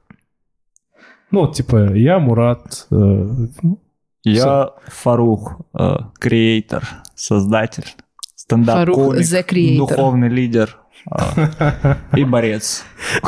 Ну, вот, типа, я Мурат. Я Фарух, креатор, создатель, стендап-комик, духовный лидер и борец.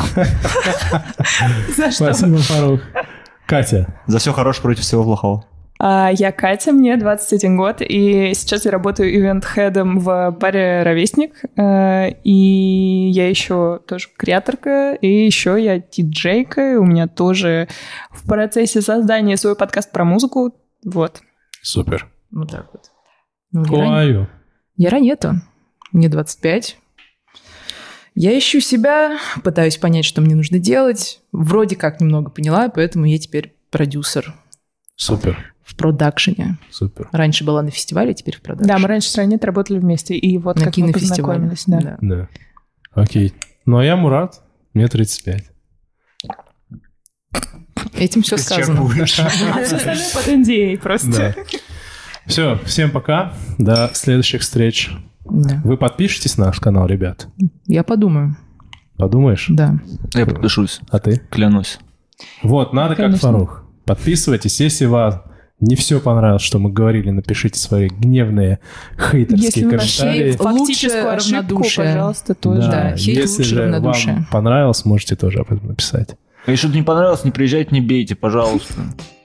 Спасибо, Фарух. Катя. За все хорошее против всего плохого. Я Катя, мне 21 год, и сейчас я работаю ивент-хедом в баре «Ровесник», и я еще тоже креаторка, и еще я диджейка, и у меня тоже в процессе создания свой подкаст про музыку, вот. Супер. Вот так вот. Яра нету, мне 25. Я ищу себя, пытаюсь понять, что мне нужно делать, вроде как немного поняла, поэтому я теперь продюсер. Супер. В продакшене. Супер. Раньше была на фестивале, теперь в продакшене. Да, мы раньше с Ранет работали вместе, и вот на как мы познакомились. Да. Окей. Ну, а я Мурат, мне 35. Этим все сказано. Остальное под NDA просто. Все, всем пока. До следующих встреч. Да. Вы подпишитесь на наш канал, ребят? Я подумаю. Подумаешь? Да. Я подпишусь. А ты? Клянусь. Вот, надо как Фарух. Подписывайтесь, если вам не все понравилось, что мы говорили, напишите свои гневные хейтерские комментарии. Если фактическую ошибку, пожалуйста, тоже. Да, если же вам понравилось, можете тоже об этом написать. Если что-то не понравилось, не приезжайте, не бейте, пожалуйста.